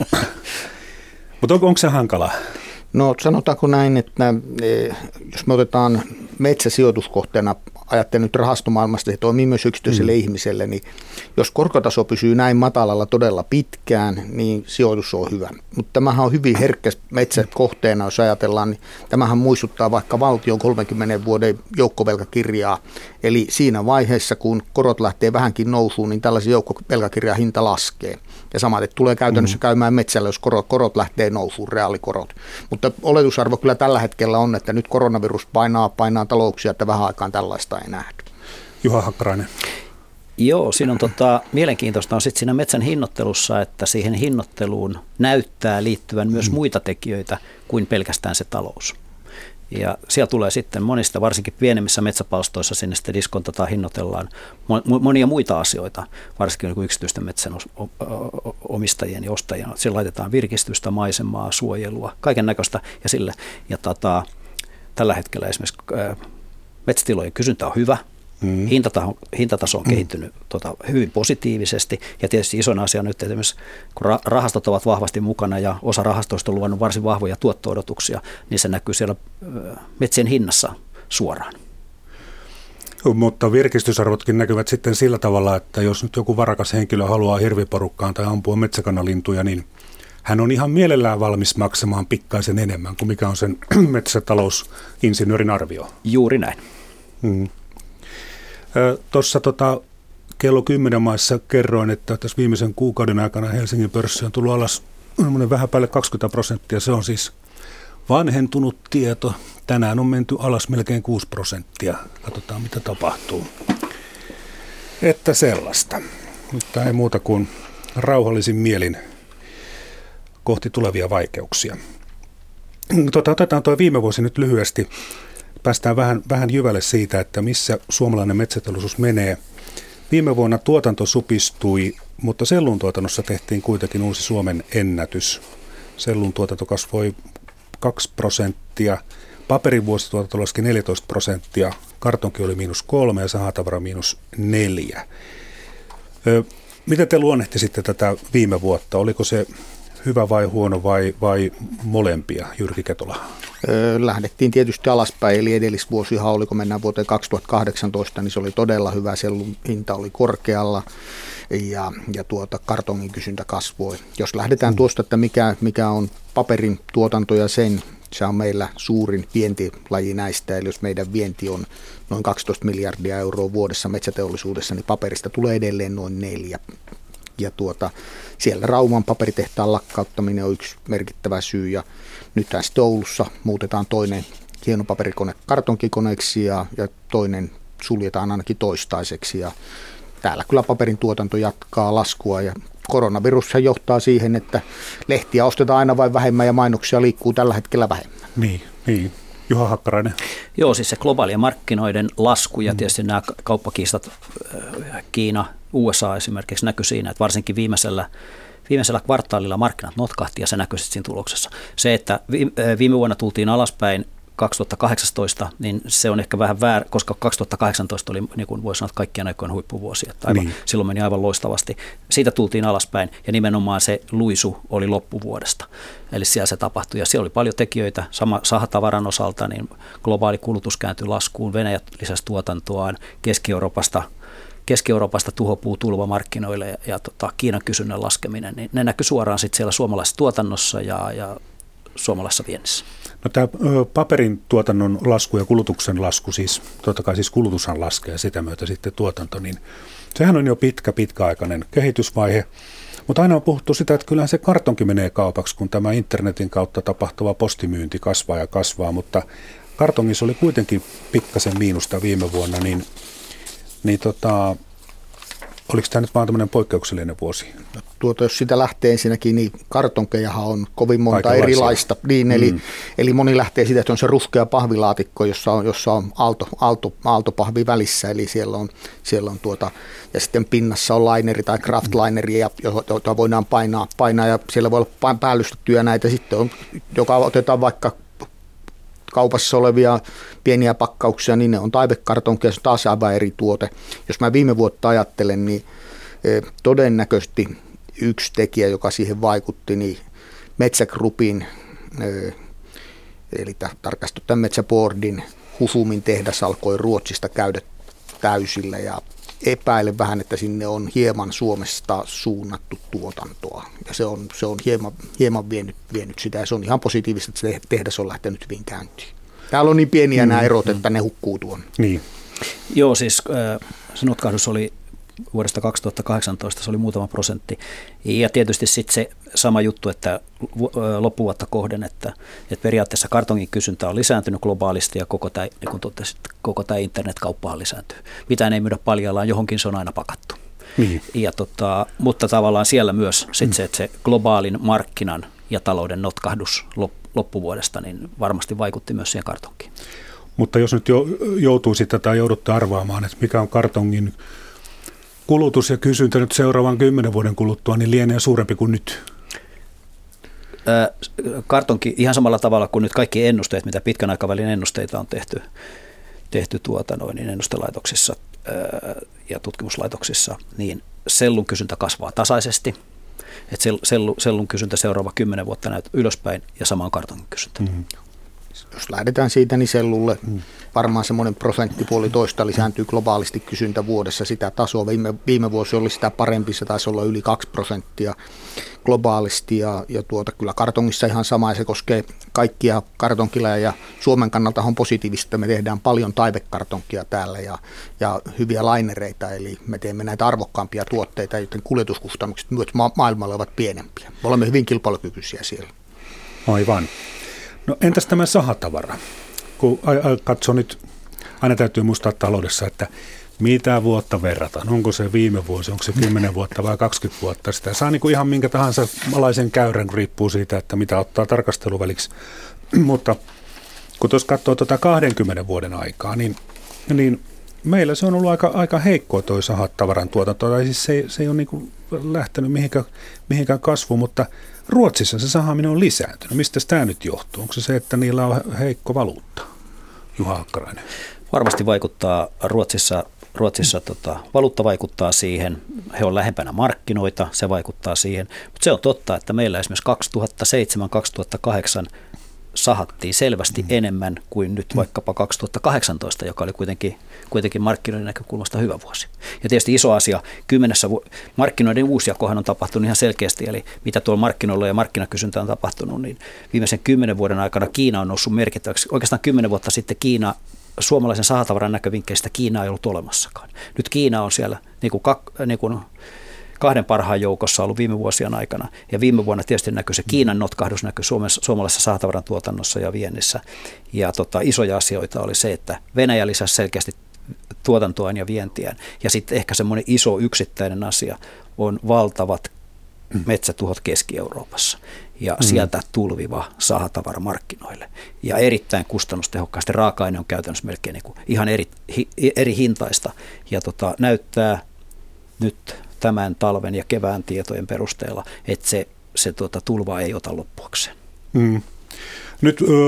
S3: Mutta on, onko se hankalaa?
S4: No sanotaanko näin, että jos me otetaan metsäsijoituskohteena ajattelen nyt rahastomaailmasta, se toimii myös yksityiselle mm. ihmiselle, niin jos korkotaso pysyy näin matalalla todella pitkään, niin sijoitus on hyvä. Mutta tämähän on hyvin herkkä metsäkohteena, jos ajatellaan, niin tämähän muistuttaa vaikka valtion kolmenkymmenen vuoden joukkovelkakirjaa. Eli siinä vaiheessa, kun korot lähtee vähänkin nousuun, niin tällaisen joukkovelkakirjan hinta laskee. Ja samaten tulee käytännössä käymään metsällä, jos korot, korot lähtee nousuun, reaalikorot. Mutta oletusarvo kyllä tällä hetkellä on, että nyt koronavirus painaa, painaa talouksia, että vähän aikaan tällaista ei nähdä.
S3: Juha Hakkarainen.
S5: Joo, siinä on tota, mielenkiintoista on sitten siinä metsän hinnoittelussa, että siihen hinnoitteluun näyttää liittyvän myös muita tekijöitä kuin pelkästään se talous. Ja siellä tulee sitten monista, varsinkin pienemmissä metsäpalstoissa, sinne sitten diskontataan, hinnoitellaan monia muita asioita, varsinkin niin yksityisten metsän omistajien ja ostajien. Siellä laitetaan virkistystä, maisemaa, suojelua, kaiken näköistä ja sille. Ja tota, tällä hetkellä esimerkiksi metsätilojen kysyntä on hyvä. Mm. Hintataso, hintataso on kehittynyt mm. tota, hyvin positiivisesti ja tietysti isoin asia nyt, että esimerkiksi kun rahastot ovat vahvasti mukana ja osa rahastoista on luvannut varsin vahvoja tuotto-odotuksia, niin se näkyy siellä metsien hinnassa suoraan.
S3: Mutta virkistysarvotkin näkyvät sitten sillä tavalla, että jos nyt joku varakas henkilö haluaa hirviporukkaan tai ampua metsäkanalintuja, niin hän on ihan mielellään valmis maksamaan pikkaisen enemmän kuin mikä on sen metsätalousinsinöörin arvio.
S5: Juuri näin.
S3: Mm. Tuossa tota, kello kymmenen maissa kerroin, että tässä viimeisen kuukauden aikana Helsingin pörssi on tullut alas vähän päälle kaksikymmentä prosenttia. Se on siis vanhentunut tieto. Tänään on menty alas melkein kuusi prosenttia. Katsotaan, mitä tapahtuu. Että sellaista. Mutta ei muuta kuin rauhallisin mielin kohti tulevia vaikeuksia. Tota, otetaan tuo viime vuosi nyt lyhyesti. Päästään vähän, vähän jyvälle siitä, että missä suomalainen metsäteollisuus menee. Viime vuonna tuotanto supistui, mutta sellun tuotannossa tehtiin kuitenkin uusi Suomen ennätys. Sellun tuotanto kasvoi kaksi prosenttia, paperin vuosituotanto laski neljätoista prosenttia, kartonki oli miinus kolme ja sahatavara miinus neljä. Ö, miten te luonnehtisitte tätä viime vuotta? Oliko se hyvä vai huono vai, vai molempia, Jyrki Ketola?
S4: Lähdettiin tietysti alaspäin, eli edellisvuosihan oli, kun mennään vuoteen kaksituhattakahdeksantoista, niin se oli todella hyvä, sellun hinta oli korkealla ja, ja tuota, kartongin kysyntä kasvoi. Jos lähdetään mm. tuosta, että mikä, mikä on paperin tuotanto ja sen, se on meillä suurin vientilaji näistä, eli jos meidän vienti on noin kaksitoista miljardia euroa vuodessa metsäteollisuudessa, niin paperista tulee edelleen noin neljä. Ja tuota, siellä Rauman paperitehtaan lakkauttaminen on yksi merkittävä syy ja nythän sitten Oulussa muutetaan toinen hieno paperikone kartonkikoneeksi ja, ja toinen suljetaan ainakin toistaiseksi ja täällä kyllä paperin tuotanto jatkaa laskua ja koronavirus johtaa siihen, että lehtiä ostetaan aina vain vähemmän ja mainoksia liikkuu tällä hetkellä vähemmän.
S3: Niin, niin. Juha Hakkarainen.
S5: Joo, siis se globaalien markkinoiden lasku ja tietysti nämä kauppakiistat, Kiina, U S A esimerkiksi näkyy siinä, että varsinkin viimeisellä, viimeisellä kvartaalilla markkinat notkahti ja se näkyy sitten siinä tuloksessa. Se, että viime vuonna tultiin alaspäin kaksituhattakahdeksantoista, niin se on ehkä vähän väärä, koska kaksituhattakahdeksantoista oli, niin kuin voi sanoa, kaikkien aikojen huippuvuosi. Että aivan, niin. Silloin meni aivan loistavasti. Siitä tultiin alaspäin ja nimenomaan se luisu oli loppuvuodesta. Eli siellä se tapahtui ja siellä oli paljon tekijöitä. Sama sahatavaran osalta, niin globaali kulutus kääntyi laskuun, Venäjä lisäsi tuotantoaan, Keski-Euroopasta Keski-Euroopasta tuhopuu tulvamarkkinoille ja, ja tota, Kiinan kysynnän laskeminen, niin ne näkyy suoraan sitten siellä suomalaisessa tuotannossa ja, ja suomalaisessa viennissä.
S3: No tämä paperin tuotannon lasku ja kulutuksen lasku, siis totta kai siis kulutushan laskee ja sitä myötä sitten tuotanto, niin sehän on jo pitkä, pitkäaikainen kehitysvaihe. Mutta aina on puhuttu sitä, että kyllähän se kartonki menee kaupaksi, kun tämä internetin kautta tapahtuva postimyynti kasvaa ja kasvaa, mutta kartongissa oli kuitenkin pikkasen miinusta viime vuonna, niin, niin tota, oliko tämä nyt vaan tämmöinen poikkeuksellinen vuosi?
S4: Tuota, jos sitä lähtee ensinnäkin, niin kartonkejahan on kovin monta erilaista. Niin, eli, mm. eli moni lähtee siitä, että on se ruskea pahvilaatikko, jossa on, jossa on aalto, aalto, aaltopahvi välissä, eli siellä on, siellä on tuota, ja sitten pinnassa on lineri tai kraftlineri, jota voidaan painaa, painaa, ja siellä voi olla päällystettyjä näitä. Sitten on, joka otetaan vaikka kaupassa olevia pieniä pakkauksia, niin ne on taivekartonkeja, se on taas aivan eri tuote. Jos mä viime vuotta ajattelen, niin todennäköisesti yksi tekijä, joka siihen vaikutti, niin Metsä Groupin, eli tarkastettu tämän Metsä Boardin Hufumin tehdas alkoi Ruotsista käydä täysillä ja epäilen vähän, että sinne on hieman Suomesta suunnattu tuotantoa ja se on, se on hieman, hieman vienyt, vienyt sitä ja se on ihan positiivista, että se tehdas on lähtenyt hyvin käyntiin. Täällä on niin pieniä mm, nämä erot, että mm. ne hukkuu tuon.
S3: Niin.
S5: Joo, siis äh, se notkahdus oli vuodesta kaksituhattakahdeksantoista, se oli muutama prosentti. Ja tietysti sitten se sama juttu, että loppuvuotta kohden, että, että periaatteessa kartongin kysyntä on lisääntynyt globaalisti ja koko tämä, niin kuin totesit, koko tämä internetkauppahan lisääntyy. Mitään ei myydä paljallaan, johonkin se on aina pakattu. Niin. Ja tota, mutta tavallaan siellä myös sit se, että se globaalin markkinan ja talouden notkahdus loppuvuodesta niin varmasti vaikutti myös siihen kartonkiin.
S3: Mutta jos nyt jo, joutuisi tätä joudutte arvaamaan, että mikä on kartongin kulutus ja kysyntä nyt seuraavan kymmenen vuoden kuluttua, niin lienee suurempi kuin nyt?
S5: Kartonki ihan samalla tavalla kuin nyt kaikki ennusteet, mitä pitkän aikavälin ennusteita on tehty, tehty tuota noin, niin ennustelaitoksissa ja tutkimuslaitoksissa, niin sellun kysyntä kasvaa tasaisesti. Et sellu, sellun kysyntä seuraava kymmenen vuotta näyt ylöspäin ja sama on kartongin kysyntä. Mm-hmm.
S4: Jos lähdetään siitä, niin sellulle varmaan semmoinen prosentti puolitoista lisääntyy globaalisti kysyntä vuodessa sitä tasoa. Viime, viime vuosi oli sitä parempi, se taisi olla yli kaksi prosenttia globaalisti ja, ja tuota, kyllä kartongissa ihan sama ja se koskee kaikkia kartonkileja ja Suomen kannalta on positiivista, että me tehdään paljon taivekartonkia täällä ja, ja hyviä lainereita, eli me teemme näitä arvokkaampia tuotteita, joten kuljetuskustannukset myös ma- maailmalla ovat pienempiä. Me olemme hyvin kilpailukykyisiä siellä.
S3: Aivan. No entäs tämä sahatavara? Kun katsoo nyt, aina täytyy muistaa taloudessa, että mitä vuotta verrataan. Onko se viime vuosi, onko se kymmenen vuotta vai kaksikymmentä vuotta. Sitä saa niin kuin ihan minkä tahansa alaisen käyrän, riippuu siitä, että mitä ottaa tarkasteluväliksi. Mutta kun tuossa katsoo tuota kahdenkymmenen vuoden aikaa, niin, niin meillä se on ollut aika, aika heikkoa tuo sahatavaran tuotanto. Tai siis se, se ei ole niin kuin lähtenyt mihinkään, mihinkään kasvuun, mutta Ruotsissa se sahaaminen on lisääntynyt. Mistä tämä nyt johtuu? Onko se se, että niillä on heikko valuutta? Juha Hakkarainen.
S5: Varmasti vaikuttaa Ruotsissa, Ruotsissa tota, valuutta vaikuttaa siihen. He on lähempänä markkinoita, se vaikuttaa siihen. Mutta se on totta, että meillä esimerkiksi kaksituhattaseitsemän kaksituhattakahdeksan sahattiin selvästi mm. enemmän kuin nyt vaikkapa kaksituhattakahdeksantoista, joka oli kuitenkin, kuitenkin markkinoiden näkökulmasta hyvä vuosi. Ja tietysti iso asia, kymmenessä vu- markkinoiden uusjakohan on tapahtunut ihan selkeästi, eli mitä tuolla markkinoilla ja markkinakysyntä on tapahtunut, niin viimeisen kymmenen vuoden aikana Kiina on noussut merkittäväksi. Oikeastaan kymmenen vuotta sitten Kiina, suomalaisen sahatavaran näkövinkkeistä Kiina ei ollut olemassakaan. Nyt Kiina on siellä niin kuin, niin kuin kahden parhaan joukossa ollut viime vuosien aikana. Ja viime vuonna tietysti näkyy se Kiinan notkahdus näkyy suomalaisessa sahatavaran tuotannossa ja viennissä. Ja tota, isoja asioita oli se, että Venäjä lisäsi selkeästi tuotantoaan ja vientiään. Ja sitten ehkä semmoinen iso yksittäinen asia on valtavat metsätuhot Keski-Euroopassa. Ja mm. sieltä tulviva sahatavara markkinoille. Ja erittäin kustannustehokkaasti. Raaka-aine on käytännössä melkein niin kuin ihan eri, hi, eri hintaista. Ja tota, näyttää nyt tämän talven ja kevään tietojen perusteella, että se, se tuota, tulva ei ota loppuakseen. Mm.
S3: Nyt ö, ö,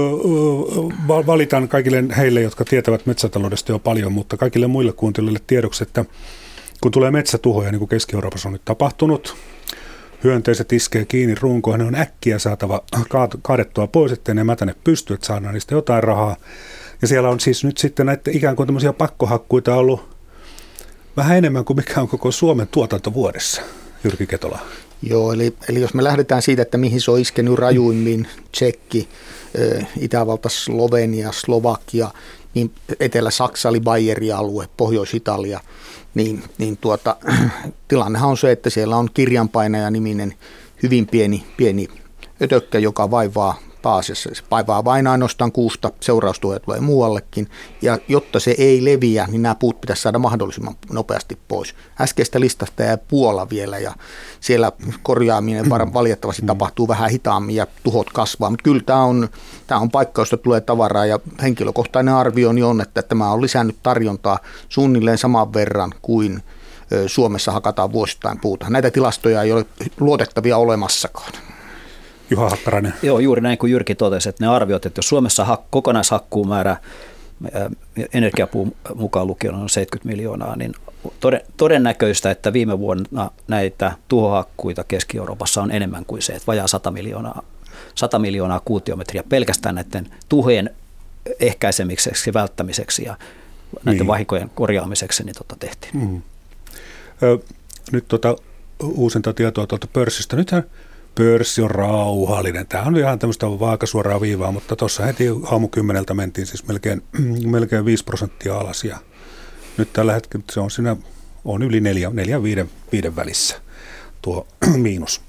S3: valitaan kaikille heille, jotka tietävät metsätaloudesta jo paljon, mutta kaikille muille kuuntelijoille tiedoksi, että kun tulee metsätuhoja, niin kuin Keski-Euroopassa on nyt tapahtunut, hyönteiset iskee kiinni runkoon, ne on äkkiä saatava kaadettua pois, ettei ne mätäne pysty, että saadaan niistä jotain rahaa. Ja siellä on siis nyt sitten näitä ikään kuin tämmöisiä pakkohakkuita ollut vähän enemmän kuin mikä on koko Suomen tuotanto vuodessa, Jyrki Ketola.
S4: Joo, eli, eli jos me lähdetään siitä, että mihin se on iskenyt rajuimmin, Tsekki, Itävalta, Slovenia, Slovakia, niin Etelä-Saksa oli Bayeria-alue, Pohjois-Italia, niin, niin tuota, tilannehan on se, että siellä on kirjanpainaja-niminen hyvin pieni, pieni ötökkä, joka vaivaa pääasiassa. Se vaivaa vain ainoastaan kuusta, seuraustuhoja tulee muuallekin, ja jotta se ei leviä, niin nämä puut pitäisi saada mahdollisimman nopeasti pois. Äskeistä listasta jää Puola vielä, ja siellä korjaaminen valitettavasti tapahtuu vähän hitaammin, ja tuhot kasvaa, mutta kyllä tämä on, tämä on paikka, josta tulee tavaraa, ja henkilökohtainen arvioni on, että tämä on lisännyt tarjontaa suunnilleen saman verran kuin Suomessa hakataan vuosittain puuta. Näitä tilastoja ei ole luotettavia olemassakaan.
S3: Juha Hakkarainen.
S5: Joo, juuri näin kuin Jyrki totesi, että ne arviot, että jos Suomessa hak- kokonaishakkuumäärä energiapuun mukaan lukien on seitsemänkymmentä miljoonaa, niin todennäköistä, että viime vuonna näitä tuhohakkuita Keski-Euroopassa on enemmän kuin se, että vajaa sata miljoonaa, sata miljoonaa kuutiometriä pelkästään näiden tuhojen ehkäisemiseksi ja välttämiseksi. Ja näiden
S3: niin.
S5: vahinkojen korjaamiseksi niin tota tehtiin.
S3: Mm. Ö, nyt tota uusinta tietoa tuolta pörssistä. Nythän pörssi on rauhallinen. Tämä on ihan tämmöistä vaakasuoraa viivaa, mutta tuossa heti aamukymmeneltä mentiin siis melkein, melkein viisi prosenttia alas. Ja nyt tällä hetkellä se on siinä on yli neljä, neljä viiden, viiden välissä tuo miinus.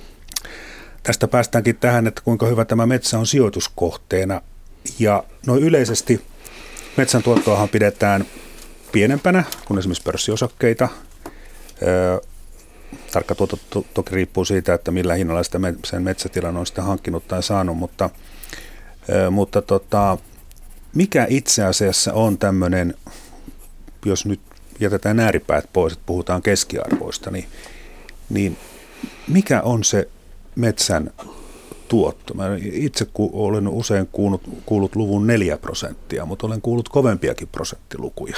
S3: Tästä päästäänkin tähän, että kuinka hyvä tämä metsä on sijoituskohteena. Ja noin yleisesti metsän tuottoahan pidetään pienempänä kuin esimerkiksi pörssiosakkeita. Öö, tarkka tuotto to, toki riippuu siitä, että millä hinnalla sitä sen metsätilan on sitä hankkinut tai saanut, mutta, öö, mutta tota, mikä itse asiassa on tämmöinen, jos nyt jätetään ääripäät pois, että puhutaan keskiarvoista, niin, niin mikä on se metsän tuotto? Mä itse ku, olen usein kuullut, kuullut luvun neljä prosenttia, mutta olen kuullut kovempiakin prosenttilukuja.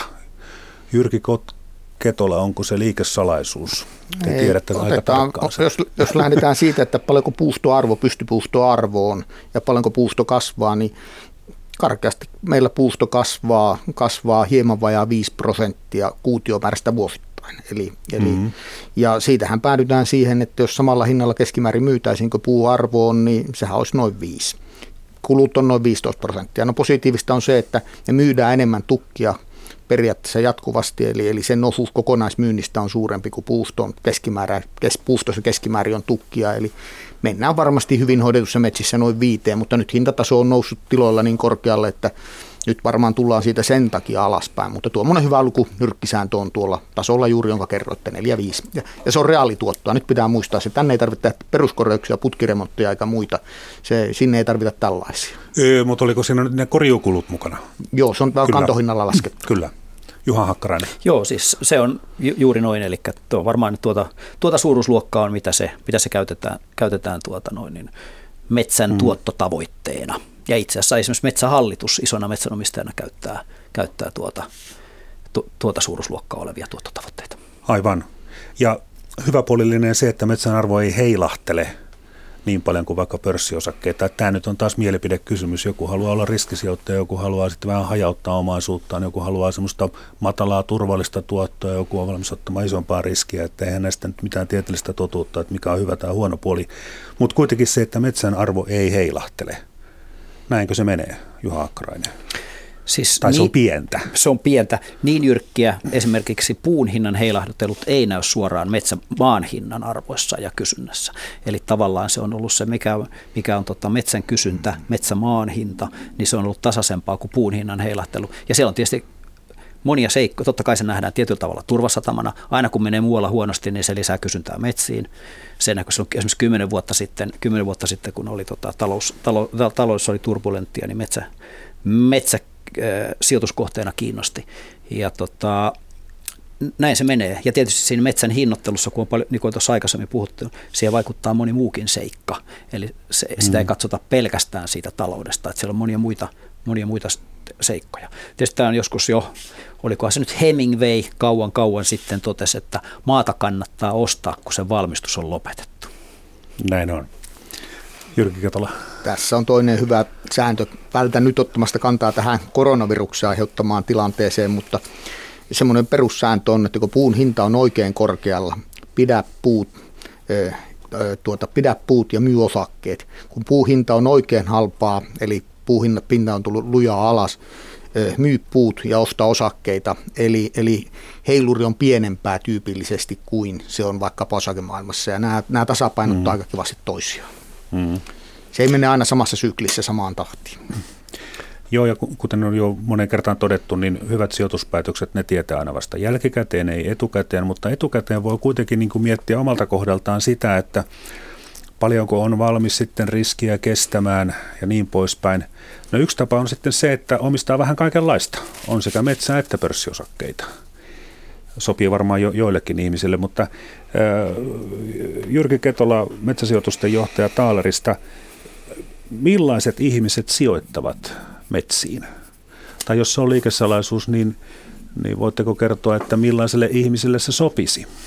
S3: Jyrki Ketola, onko se liikesalaisuus? Te
S4: Ei,
S3: tiedätte aika tarkkaan sen.
S4: Jos, jos lähdetään siitä, että paljonko puustoarvo, pystypuustoarvo on ja paljonko puusto kasvaa, niin karkeasti meillä puusto kasvaa, kasvaa hieman vajaa viisi prosenttia kuutiomäärästä vuosittain. Eli, eli, mm-hmm. Ja siitähän päädytään siihen, että jos samalla hinnalla keskimäärin myytäisiin kuin puuarvoon, niin sehän olisi noin viisi. Kulut on noin viisitoista prosenttia. No positiivista on se, että me myydään enemmän tukkia periaatteessa jatkuvasti, eli, eli sen osuus kokonaismyynnistä on suurempi kuin puuston keskimäärä, kes, puustossa keskimäärin on tukkia, eli mennään varmasti hyvin hoidetussa metsissä noin viiteen, mutta nyt hintataso on noussut tiloilla niin korkealle, että nyt varmaan tullaan siitä sen takia alaspäin, mutta tuommoinen hyvä luku nyrkkisääntö on tuolla tasolla juuri, jonka kerroitte, neljä viisi. Ja, ja se on reaalituottoa. Nyt pitää muistaa, että tänne ei tarvitse tehdä peruskorjauksia, putkiremontteja eikä muita. Se, sinne ei tarvita tällaisia.
S3: Öö, mutta oliko siinä nyt ne korjuukulut mukana?
S4: Joo, se on Kyllä. kantohinnalla laskettu.
S3: Kyllä. Juha Hakkarainen.
S5: Joo, siis se on ju- juuri noin, eli tuo varmaan tuota, tuota suuruusluokkaa on, mitä se, mitä se käytetään, käytetään tuota noin, niin metsän mm. tuottotavoitteena. Ja itse asiassa esimerkiksi Metsähallitus isona metsänomistajana käyttää, käyttää tuota, tu, tuota suuruusluokkaa olevia tuottotavoitteita.
S3: Aivan. Ja hyväpuolellinen se, että metsän arvo ei heilahtele niin paljon kuin vaikka pörssiosakkeita. Tämä nyt on taas mielipidekysymys. Joku haluaa olla riskisijoittaja, joku haluaa sitten vähän hajauttaa omaisuuttaan, joku haluaa semmoista matalaa turvallista tuottoa, joku on valmis ottamaan isompaa riskiä, että eihän näistä nyt mitään tieteellistä totuutta, että mikä on hyvä tai huono puoli. Mutta kuitenkin se, että metsän arvo ei heilahtele. Näinkö se menee, Juha Hakkarainen?
S5: Siis
S3: tai
S5: niin,
S3: se on pientä.
S5: Se on pientä. Niin jyrkkiä esimerkiksi puun hinnan heilahduttelut ei näy suoraan metsämaan hinnan arvoissa ja kysynnässä. Eli tavallaan se on ollut se, mikä, mikä on tota metsän kysyntä, metsämaan hinta, niin se on ollut tasaisempaa kuin puun hinnan heilahtelu. Ja siellä on tietysti monia seikkoja. Totta kai se nähdään tietyllä tavalla turvasatamana. Aina kun menee muualla huonosti, niin se lisää kysyntää metsiin. Sen näkyy esimerkiksi kymmenen vuotta sitten, kymmenen vuotta sitten kun oli tota, talous, talous, talous oli turbulenttia, niin metsä, metsä sijoituskohteena kiinnosti. Ja tota, näin se menee. Ja tietysti siinä metsän hinnoittelussa, kun on paljon, niin kuin tuossa aikaisemmin puhuttu, siihen vaikuttaa moni muukin seikka. Eli se, mm. sitä ei katsota pelkästään siitä taloudesta, että siellä on monia muita, monia muita seikkoja. Tietysti tämä on joskus jo, olikohan se nyt Hemingway kauan kauan sitten totesi, että maata kannattaa ostaa, kun sen valmistus on lopetettu.
S3: Näin on. Jyrki Ketola.
S4: Tässä on toinen hyvä sääntö. Vältän nyt ottamasta kantaa tähän koronaviruksen aiheuttamaan tilanteeseen, mutta semmoinen perussääntö on, että kun puun hinta on oikein korkealla, pidä puut, äh, tuota, pidä puut ja myy osakkeet. Kun puun hinta on oikein halpaa, eli puun pinta on tullut lujaa alas, äh, myy puut ja osta osakkeita. Eli, eli heiluri on pienempää tyypillisesti kuin se on vaikkapa osakemaailmassa, ja nämä, nämä tasapainottaa mm. aika kivasti toisiaan. Mm. Se ei mene aina samassa syklissä samaan tahtiin.
S3: Joo, ja kuten on jo monen kertaan todettu, niin hyvät sijoituspäätökset, ne tietää aina vasta jälkikäteen, ei etukäteen, mutta etukäteen voi kuitenkin niin kuin miettiä omalta kohdaltaan sitä, että paljonko on valmis sitten riskiä kestämään ja niin poispäin. No yksi tapa on sitten se, että omistaa vähän kaikenlaista. On sekä metsää että pörssiosakkeita. Sopii varmaan jo, joillekin ihmisille, mutta äh, Jyrki Ketola, metsäsijoitusten johtaja Taalerista, millaiset ihmiset sijoittavat metsiin? Tai jos se on liikesalaisuus, niin, niin voitteko kertoa, että millaiselle ihmiselle se sopisi?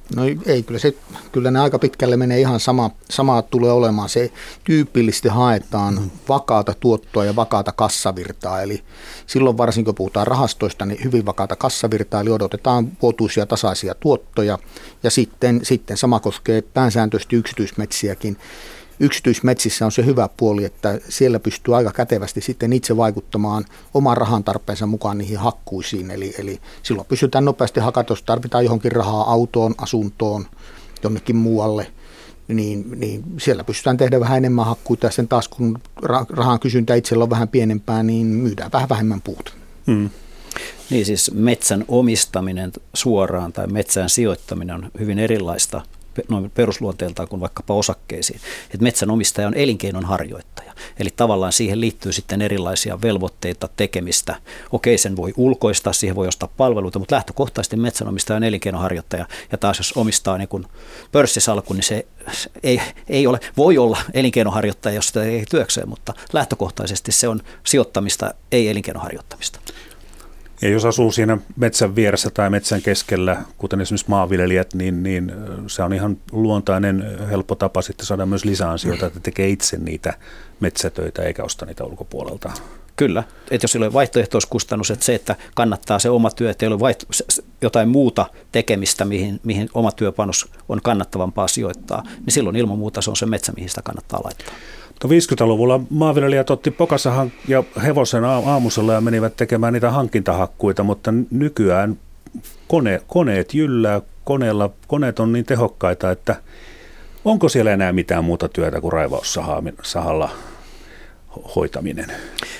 S4: No ei, kyllä, se, kyllä ne aika pitkälle menee ihan sama, samaa tulee olemaan. Se tyypillisesti haetaan mm. vakaata tuottoa ja vakaata kassavirtaa, eli silloin varsinkin kun puhutaan rahastoista, niin hyvin vakaata kassavirtaa, eli odotetaan vuotuisia tasaisia tuottoja, ja sitten, sitten sama koskee pääsääntöisesti yksityismetsiäkin. Yksityismetsissä on se hyvä puoli, että siellä pystyy aika kätevästi sitten itse vaikuttamaan oman rahan tarpeensa mukaan niihin hakkuisiin. Eli, eli silloin pystytään nopeasti hakata, jos tarvitaan johonkin rahaa autoon, asuntoon, jonnekin muualle, niin, niin siellä pystytään tehdä vähän enemmän hakkuita. Ja sitten taas kun rahan kysyntä itsellä on vähän pienempää, niin myydään vähän vähemmän puuta. Hmm.
S5: Niin siis metsän omistaminen suoraan tai metsään sijoittaminen on hyvin erilaista noin perusluonteeltaan kuin vaikkapa osakkeisiin. Et metsänomistaja on elinkeinon harjoittaja. Eli tavallaan siihen liittyy sitten erilaisia velvoitteita tekemistä. Okei, sen voi ulkoistaa, siihen voi ostaa palveluita, mutta lähtökohtaisesti metsänomistaja on elinkeinonharjoittaja. Ja taas jos omistaa niin kuin pörssisalkun, niin se ei, ei ole, voi olla elinkeinonharjoittaja, jos sitä ei työkseen, mutta lähtökohtaisesti se on sijoittamista, ei elinkeinonharjoittamista.
S3: Ja jos asuu siinä metsän vieressä tai metsän keskellä, kuten esimerkiksi maanviljelijät, niin, niin se on ihan luontainen, helppo tapa sitten saada myös lisäansioita, että tekee itse niitä metsätöitä eikä osta niitä ulkopuolelta.
S5: Kyllä, että jos ei ole vaihtoehtoiskustannus, että se, että kannattaa se oma työ, että ei ole vaihto, jotain muuta tekemistä, mihin, mihin oma työpanos on kannattavampaa sijoittaa, niin silloin ilman muuta se on se metsä, mihin sitä kannattaa laittaa.
S3: viisikymmentäluvulla maanviljelijät otti pokassa ja hevosen aamusella ja menivät tekemään niitä hankintahakkuita, mutta nykyään kone, koneet jyllää, koneella, koneet on niin tehokkaita, että onko siellä enää mitään muuta työtä kuin raivaussahalla hoitaminen?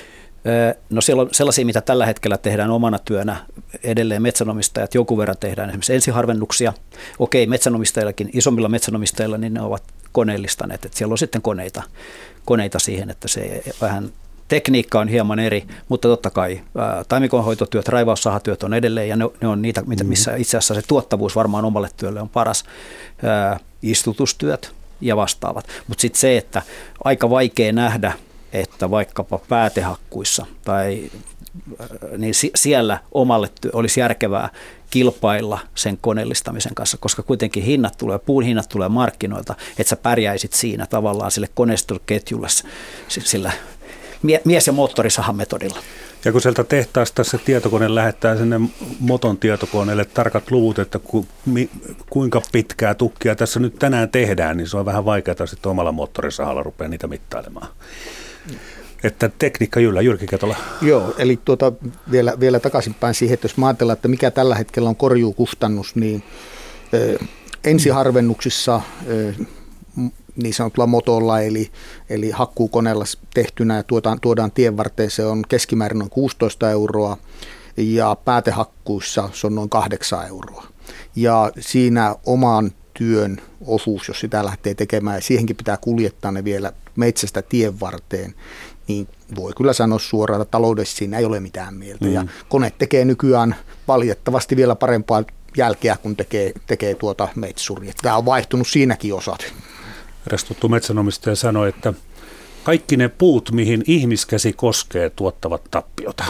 S5: No siellä on sellaisia, mitä tällä hetkellä tehdään omana työnä. Edelleen metsänomistajat jonkun verran tehdään esimerkiksi ensiharvennuksia. Okei, metsänomistajillakin, isommilla metsänomistajilla, niin ne ovat koneellistaneet. Että siellä on sitten koneita, koneita siihen, että se vähän tekniikka on hieman eri, mutta totta kai ää, taimikonhoitotyöt, raivaussahatyöt on edelleen ja ne, ne on niitä, missä itse asiassa se tuottavuus varmaan omalle työlle on paras. Ää, istutustyöt ja vastaavat. Mutta sitten se, että aika vaikea nähdä, että vaikkapa päätehakkuissa tai niin siellä omalle työ olisi järkevää kilpailla sen koneellistamisen kanssa, koska kuitenkin hinnat tulee, puun hinnat tulee markkinoilta, että sä pärjäisit siinä tavallaan sille koneistoketjulle sillä mies- ja moottorisahan metodilla.
S3: Ja kun sieltä tehtaasta se tietokone lähettää sinne moton tietokoneelle tarkat luvut, että ku, mi, kuinka pitkää tukkia tässä nyt tänään tehdään, niin se on vähän vaikeaa sitten omalla moottorisahalla rupeaa niitä mittailemaan. Että tekniikka jyllä, Jyrki Ketola.
S4: Joo, eli tuota, vielä, vielä takaisinpäin siihen, että jos mä ajatellaan, että mikä tällä hetkellä on korjuukustannus, niin ö, ensiharvennuksissa ö, niin sanotulla motolla, eli, eli hakkuukoneella tehtynä ja tuodaan, tuodaan tien varteen, se on keskimäärin noin kuusitoista euroa, ja päätehakkuissa se on noin kahdeksan euroa. Ja siinä oman työn osuus, jos sitä lähtee tekemään, ja siihenkin pitää kuljettaa ne vielä metsästä tien varteen, niin voi kyllä sanoa suoraan, että taloudessa siinä ei ole mitään mieltä. Mm. Ja kone tekee nykyään valitettavasti vielä parempaa jälkeä, kun tekee, tekee tuota metsuria. Tämä on vaihtunut siinäkin osat.
S3: Eräs tuttu metsänomistaja sanoi, että kaikki ne puut, mihin ihmiskäsi koskee, tuottavat tappiota.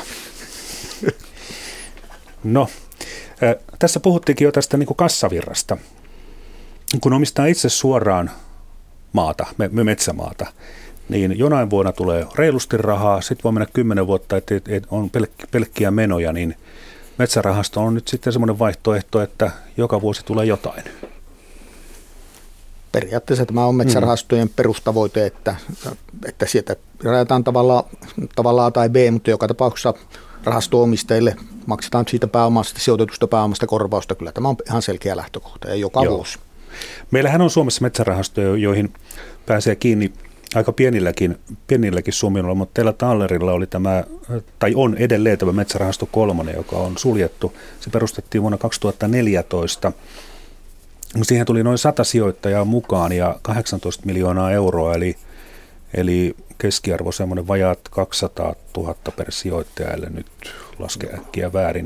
S3: No, äh, tässä puhuttiinkin jo tästä niin kuin kassavirrasta. Kun omistaa itse suoraan maata, me, me metsämaata, niin jonain vuonna tulee reilusti rahaa, sitten voi mennä kymmenen vuotta, että on pelk- pelkkiä menoja, niin metsärahasto on nyt sitten semmoinen vaihtoehto, että joka vuosi tulee jotain.
S4: Periaatteessa tämä on metsärahastojen mm. perustavoite, että, että sieltä rajataan tavallaan, tavallaan tai B, mutta joka tapauksessa rahasto-omistajille maksetaan siitä pääomasta, sijoitetusta pääomasta korvausta. Kyllä tämä on ihan selkeä lähtökohta ja joka Joo. vuosi.
S3: Meillähän on Suomessa metsärahastoja, joihin pääsee kiinni aika pienilläkin, pienilläkin summilla, mutta teillä Tallerilla oli tämä, tai on edelleen tämä metsärahasto kolmonen, joka on suljettu. Se perustettiin vuonna kaksituhattaneljätoista. Siihen tuli noin sata sijoittajaa mukaan ja kahdeksantoista miljoonaa euroa, eli, eli keskiarvo semmoinen vajaat kaksisataatuhatta per sijoittaja, eli nyt laske äkkiä väärin.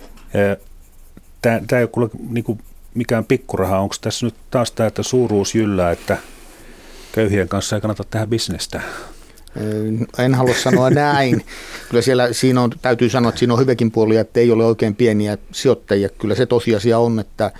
S3: Tämä, tämä ei ole niin kuin mikään pikkuraha. Onko tässä nyt taas tämä, että suuruus jyllää, että köyhien kanssa ei kannata tehdä bisnestä?
S4: En halua sanoa näin. Kyllä siellä siinä on, täytyy sanoa, että siinä on hyväkin puolia, että ei ole oikein pieniä sijoittajia. Kyllä se tosiasia on, että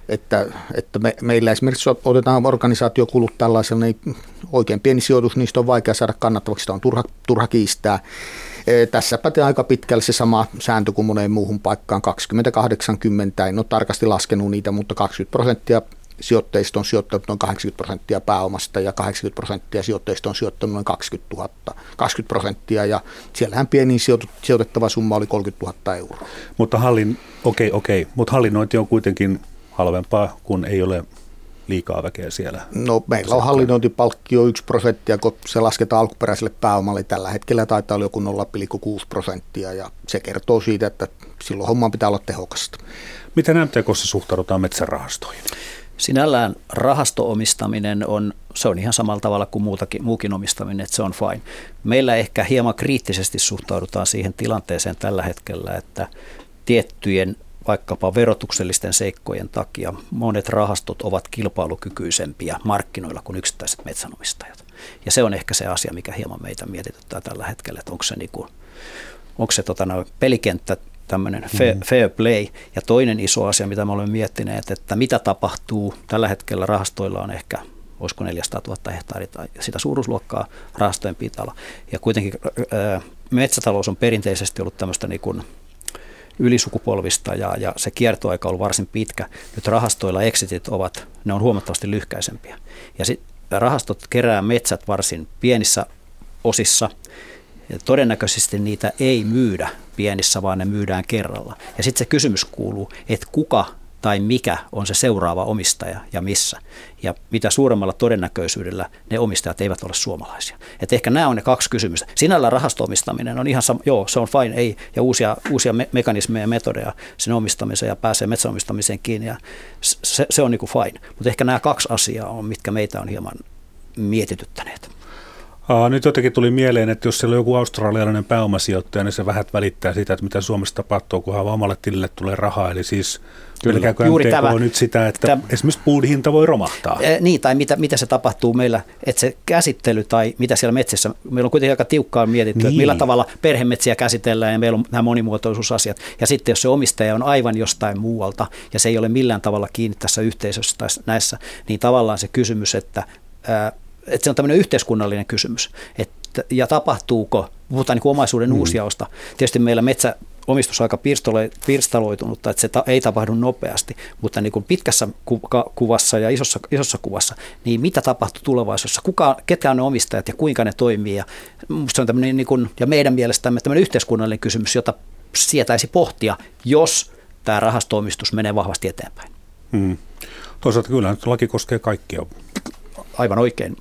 S4: että, että me, meillä esimerkiksi otetaan organisaatiokulut tällaisella, niin oikein pieni sijoitus, niistä on vaikea saada kannattavaksi, sitä on turha, turha kiistää. E, tässä pätee aika pitkälle se sama sääntö kuin moneen muuhun paikkaan, kaksikymmentä kahdeksankymmentä, en ole tarkasti laskenut niitä, mutta kaksikymmentä prosenttia sijoitteista on sijoittanut noin kahdeksankymmentä prosenttia pääomasta ja kahdeksankymmentä prosenttia sijoitteista on sijoittanut noin kaksikymmentätuhatta, kaksikymmentä prosenttia ja siellähän pieniin sijoitettava summa oli kolmekymmentätuhatta euroa.
S3: Mutta hallin, okei, okei, mutta hallinnointi on kuitenkin halvempaa, kun ei ole liikaa väkeä siellä.
S4: No meillä on hallinnointipalkkio yksi prosenttia, kun se lasketaan alkuperäiselle pääomalle. Tällä hetkellä taitaa olla joku nolla pilkku kuusi prosenttia ja se kertoo siitä, että silloin homman pitää olla tehokasta.
S3: Miten M T K:ssa suhtaudutaan metsärahastoihin?
S5: Sinällään rahastoomistaminen on, se on ihan samalla tavalla kuin muutakin, muukin omistaminen, että se on fine. Meillä ehkä hieman kriittisesti suhtaudutaan siihen tilanteeseen tällä hetkellä, että tiettyjen vaikkapa verotuksellisten seikkojen takia monet rahastot ovat kilpailukykyisempiä markkinoilla kuin yksittäiset metsänomistajat. Ja se on ehkä se asia, mikä hieman meitä mietityttää tällä hetkellä, että onko se, niinku, onko se tota, no, pelikenttä tämmöinen fair, fair play. Ja toinen iso asia, mitä me olemme miettineet, että mitä tapahtuu, tällä hetkellä rahastoilla on ehkä, olisiko neljäsataatuhatta hehtaaria tai sitä suuruusluokkaa rahastojen pitala. Ja kuitenkin ää, metsätalous on perinteisesti ollut tämmöistä niin kuin ylisukupolvista ja, ja se kiertoaika on ollut varsin pitkä. Nyt rahastoilla exitit ovat, ne on huomattavasti lyhkäisempiä. Ja sit rahastot kerää metsät varsin pienissä osissa. Ja todennäköisesti niitä ei myydä pienissä, vaan ne myydään kerralla. Ja sitten se kysymys kuuluu, että kuka tai mikä on se seuraava omistaja ja missä. Ja mitä suuremmalla todennäköisyydellä ne omistajat eivät ole suomalaisia. Et ehkä nämä on ne kaksi kysymystä. Sinällään rahasto-omistaminen on ihan sama, joo, se on fine, ei, ja uusia, uusia me- mekanismeja ja metodeja sen omistamiseen ja pääsee metsäomistamiseen kiinni, ja se, se on niin kuin fine. Mutta ehkä nämä kaksi asiaa on, mitkä meitä on hieman mietityttäneet.
S3: Aa, nyt jotenkin tuli mieleen, että jos siellä on joku australialainen pääomasijoittaja, niin se vähän välittää sitä, että mitä Suomessa tapahtuu, kunhan omalle tilille tulee rahaa. Eli siis pelkääkö M T K nyt sitä, että tämä, esimerkiksi puun hinta voi romahtaa?
S5: Ää, niin, tai mitä, mitä se tapahtuu meillä, että se käsittely tai mitä siellä metsissä, meillä on kuitenkin aika tiukkaan mietitty, niin. Että millä tavalla perhemetsiä käsitellään ja meillä on nämä monimuotoisuusasiat. Ja sitten jos se omistaja on aivan jostain muualta ja se ei ole millään tavalla kiinni tässä yhteisössä tai näissä, niin tavallaan se kysymys, että ää, että se on tämmöinen yhteiskunnallinen kysymys, että, ja tapahtuuko, puhutaan niin kuin omaisuuden mm. uusjaosta, tietysti meillä metsäomistus on aika pirstaloitunutta, että se ta, ei tapahdu nopeasti, mutta niin kuin pitkässä ku, kuvassa ja isossa, isossa kuvassa, niin mitä tapahtuu tulevaisuudessa, kuka, ketkä on ne omistajat ja kuinka ne toimii, ja, se on tämmöinen, niin kuin, ja meidän mielestämme tämmöinen yhteiskunnallinen kysymys, jota sietäisi pohtia, jos tämä rahasto-omistus menee vahvasti eteenpäin.
S3: Mm. Toisaalta kyllä nyt laki koskee kaikkia.
S5: Aivan oikein.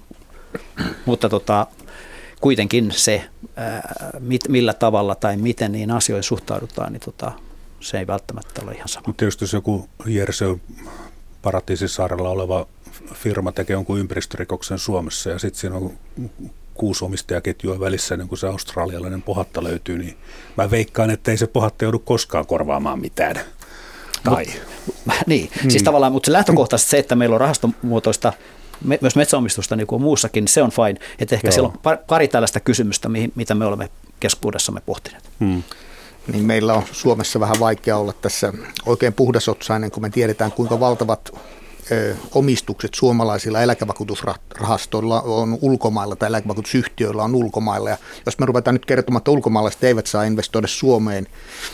S5: Mutta tota, kuitenkin se, ää, mit, millä tavalla tai miten niin asioihin suhtaudutaan, niin tota, se ei välttämättä ole ihan sama.
S3: Mutta tietysti jos joku Jersey Paratiisisaarella oleva firma tekee jonkun ympäristörikoksen Suomessa ja sitten siinä on kuusi omistajaketjua välissä, niin kun se australialainen pohatta löytyy, niin mä veikkaan, että ei se pohatta joudu koskaan korvaamaan mitään. Tai.
S5: Mut, niin, hmm. siis tavallaan, mutta se lähtökohtaisesti se, että meillä on rahastomuotoista Me, myös metsäomistusta niin kuin muussakin, se on fine. Että ehkä Joo. siellä on pari tällaista kysymystä, mihin, mitä me olemme keskuudessamme pohtineet. Hmm.
S4: Niin meillä on Suomessa vähän vaikea olla tässä oikein puhdasotsainen, kun me tiedetään, kuinka valtavat ö, omistukset suomalaisilla eläkevakuutusrahastoilla on ulkomailla tai eläkevakuutusyhtiöillä on ulkomailla. Ja jos me ruvetaan nyt kertomaan, että ulkomaalaiset eivät saa investoida Suomeen,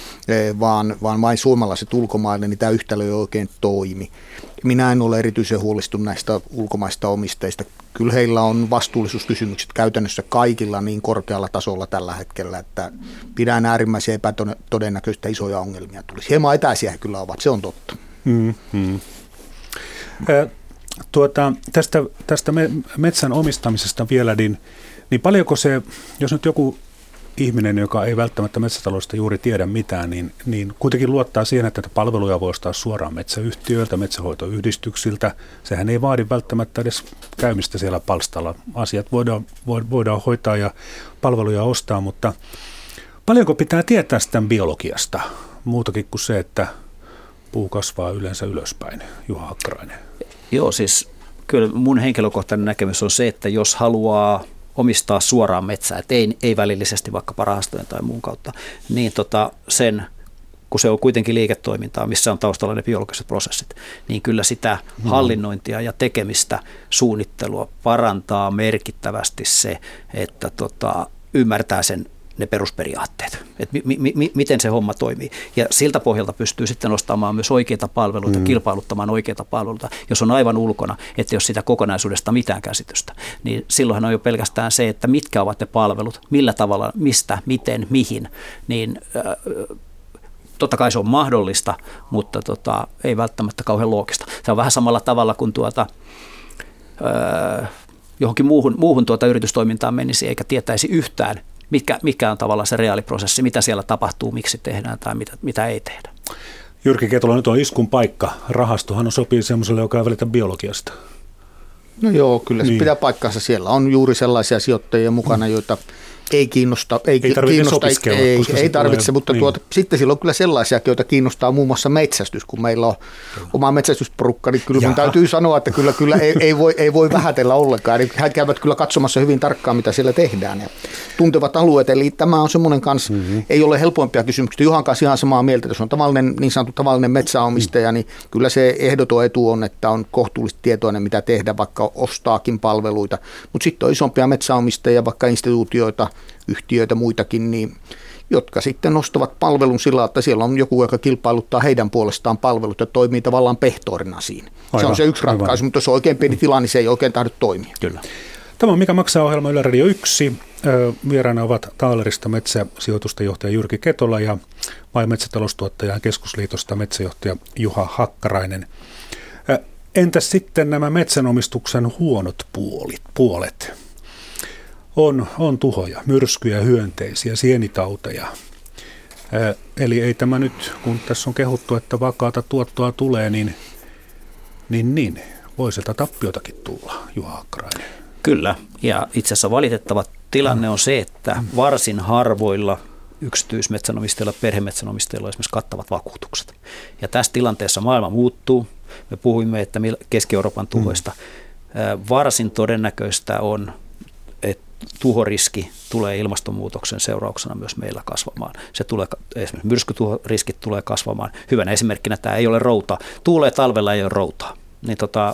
S4: vaan, vaan vain suomalaiset ulkomaille, niin tämä yhtälö ei oikein toimi. Minä en ole erityisen huolestunut näistä ulkomaista omistajista. Kyllä heillä on vastuullisuuskysymykset käytännössä kaikilla niin korkealla tasolla tällä hetkellä, että pidän äärimmäisen epätodennäköistä isoja ongelmia tulisi. Hieman etäisiä he kyllä ovat, se on totta.
S3: Mm-hmm. Tuota, tästä, tästä metsän omistamisesta vielä, niin, niin paljonko se, jos nyt joku ihminen, joka ei välttämättä metsätaloudesta juuri tiedä mitään, niin, niin kuitenkin luottaa siihen, että palveluja voi ostaa suoraan metsäyhtiöiltä, metsähoitoyhdistyksiltä. Sehän ei vaadi välttämättä edes käymistä siellä palstalla. Asiat voidaan, voidaan hoitaa ja palveluja ostaa, mutta paljonko pitää tietää sitä biologiasta, muutakin kuin se, että puu kasvaa yleensä ylöspäin? Juha Hakkarainen.
S5: Joo, siis kyllä mun henkilökohtainen näkemys on se, että jos haluaa omistaa suoraan metsää, että ei, ei välillisesti vaikkapa rahastojen tai muun kautta, niin tota sen kun se on kuitenkin liiketoimintaa, missä on taustalla ne biologiset prosessit, niin kyllä sitä hallinnointia ja tekemistä, suunnittelua parantaa merkittävästi se, että tota, ymmärtää sen ne perusperiaatteet, että mi, mi, mi, miten se homma toimii. Ja siltä pohjalta pystyy sitten ostamaan myös oikeita palveluita, mm. kilpailuttamaan oikeita palveluita, jos on aivan ulkona, että jos sitä kokonaisuudesta mitään käsitystä, niin silloinhan on jo pelkästään se, että mitkä ovat ne palvelut, millä tavalla, mistä, miten, mihin, niin äh, totta kai se on mahdollista, mutta tota, ei välttämättä kauhean loogista. Se on vähän samalla tavalla kuin tuota, äh, johonkin muuhun, muuhun tuota yritystoimintaan menisi eikä tietäisi yhtään, Mikä, mikä on tavallaan se reaaliprosessi, mitä siellä tapahtuu, miksi tehdään tai mitä, mitä ei tehdä.
S3: Jyrki Ketola, nyt on iskun paikka. Rahastohan on sopii semmoiselle, joka ei välitä biologiasta.
S4: No joo, kyllä se niin. pitää paikkansa. Siellä on juuri sellaisia sijoittajia mukana, joita ei kiinnosta. Ei,
S3: ei tarvitse
S4: kiinnosta,
S3: opiskella.
S4: Ei, ei tarvitse,
S3: tulee,
S4: mutta
S3: niin.
S4: tuota, sitten siellä on kyllä sellaisia, joita kiinnostaa muun muassa metsästys, kun meillä on oma metsästysporukka, niin kyllä mun täytyy sanoa, että kyllä, kyllä ei, ei, voi, ei voi vähätellä ollenkaan. Eli he käyvät kyllä katsomassa hyvin tarkkaan, mitä siellä tehdään ja tuntevat alueet. Eli tämä on semmoinen kanssa, mm-hmm. ei ole helpoimpia kysymyksiä. Juhan kanssa ihan samaa mieltä, että jos on tavallinen, niin sanottu tavallinen metsäomistaja, niin kyllä se ehdoton etu on, että on kohtuullisesti tietoinen, mitä tehdä, vaikka ostaakin palveluita. Mutta sitten on isompia metsäomistajia, vaikka instituutioita, yhtiöitä, muitakin, niin, jotka sitten nostavat palvelun sillä, että siellä on joku, joka kilpailuttaa heidän puolestaan palvelut ja toimii tavallaan pehtorina siinä. Aivan, se on se yksi ratkaisu, aivan. Mutta jos on oikein pieni tilanne, niin se ei oikein tahdo toimia.
S5: Kyllä.
S3: Tämä on Mikä maksaa -ohjelma Yle Radio yksi. Vieraana ovat Taalerista metsäsijoitusten johtaja Jyrki Ketola ja maa- ja metsätaloustuottajan keskusliitosta metsäjohtaja Juha Hakkarainen. Entäs sitten nämä metsänomistuksen huonot puolit, puolet? On, on tuhoja, myrskyjä, hyönteisiä, sienitauteja. Ää, eli ei tämä nyt, kun tässä on kehuttu, että vakaata tuottoa tulee, niin, niin, niin voi sitä tappiotakin tulla, Juha Hakkarainen.
S5: Kyllä, ja itse asiassa valitettava tilanne on se, että varsin harvoilla yksityismetsänomistajilla, perhemetsänomistajilla on esimerkiksi kattavat vakuutukset. Ja tässä tilanteessa maailma muuttuu. Me puhuimme, että Keski-Euroopan tuhoista. Mm. Varsin todennäköistä on, että tuhoriski tulee ilmastonmuutoksen seurauksena myös meillä kasvamaan. Se tulee, esimerkiksi myrskytuhoriskit tulee kasvamaan. Hyvänä esimerkkinä tämä ei ole routa. Tuulee talvella, ei ole routaa. Niin tota,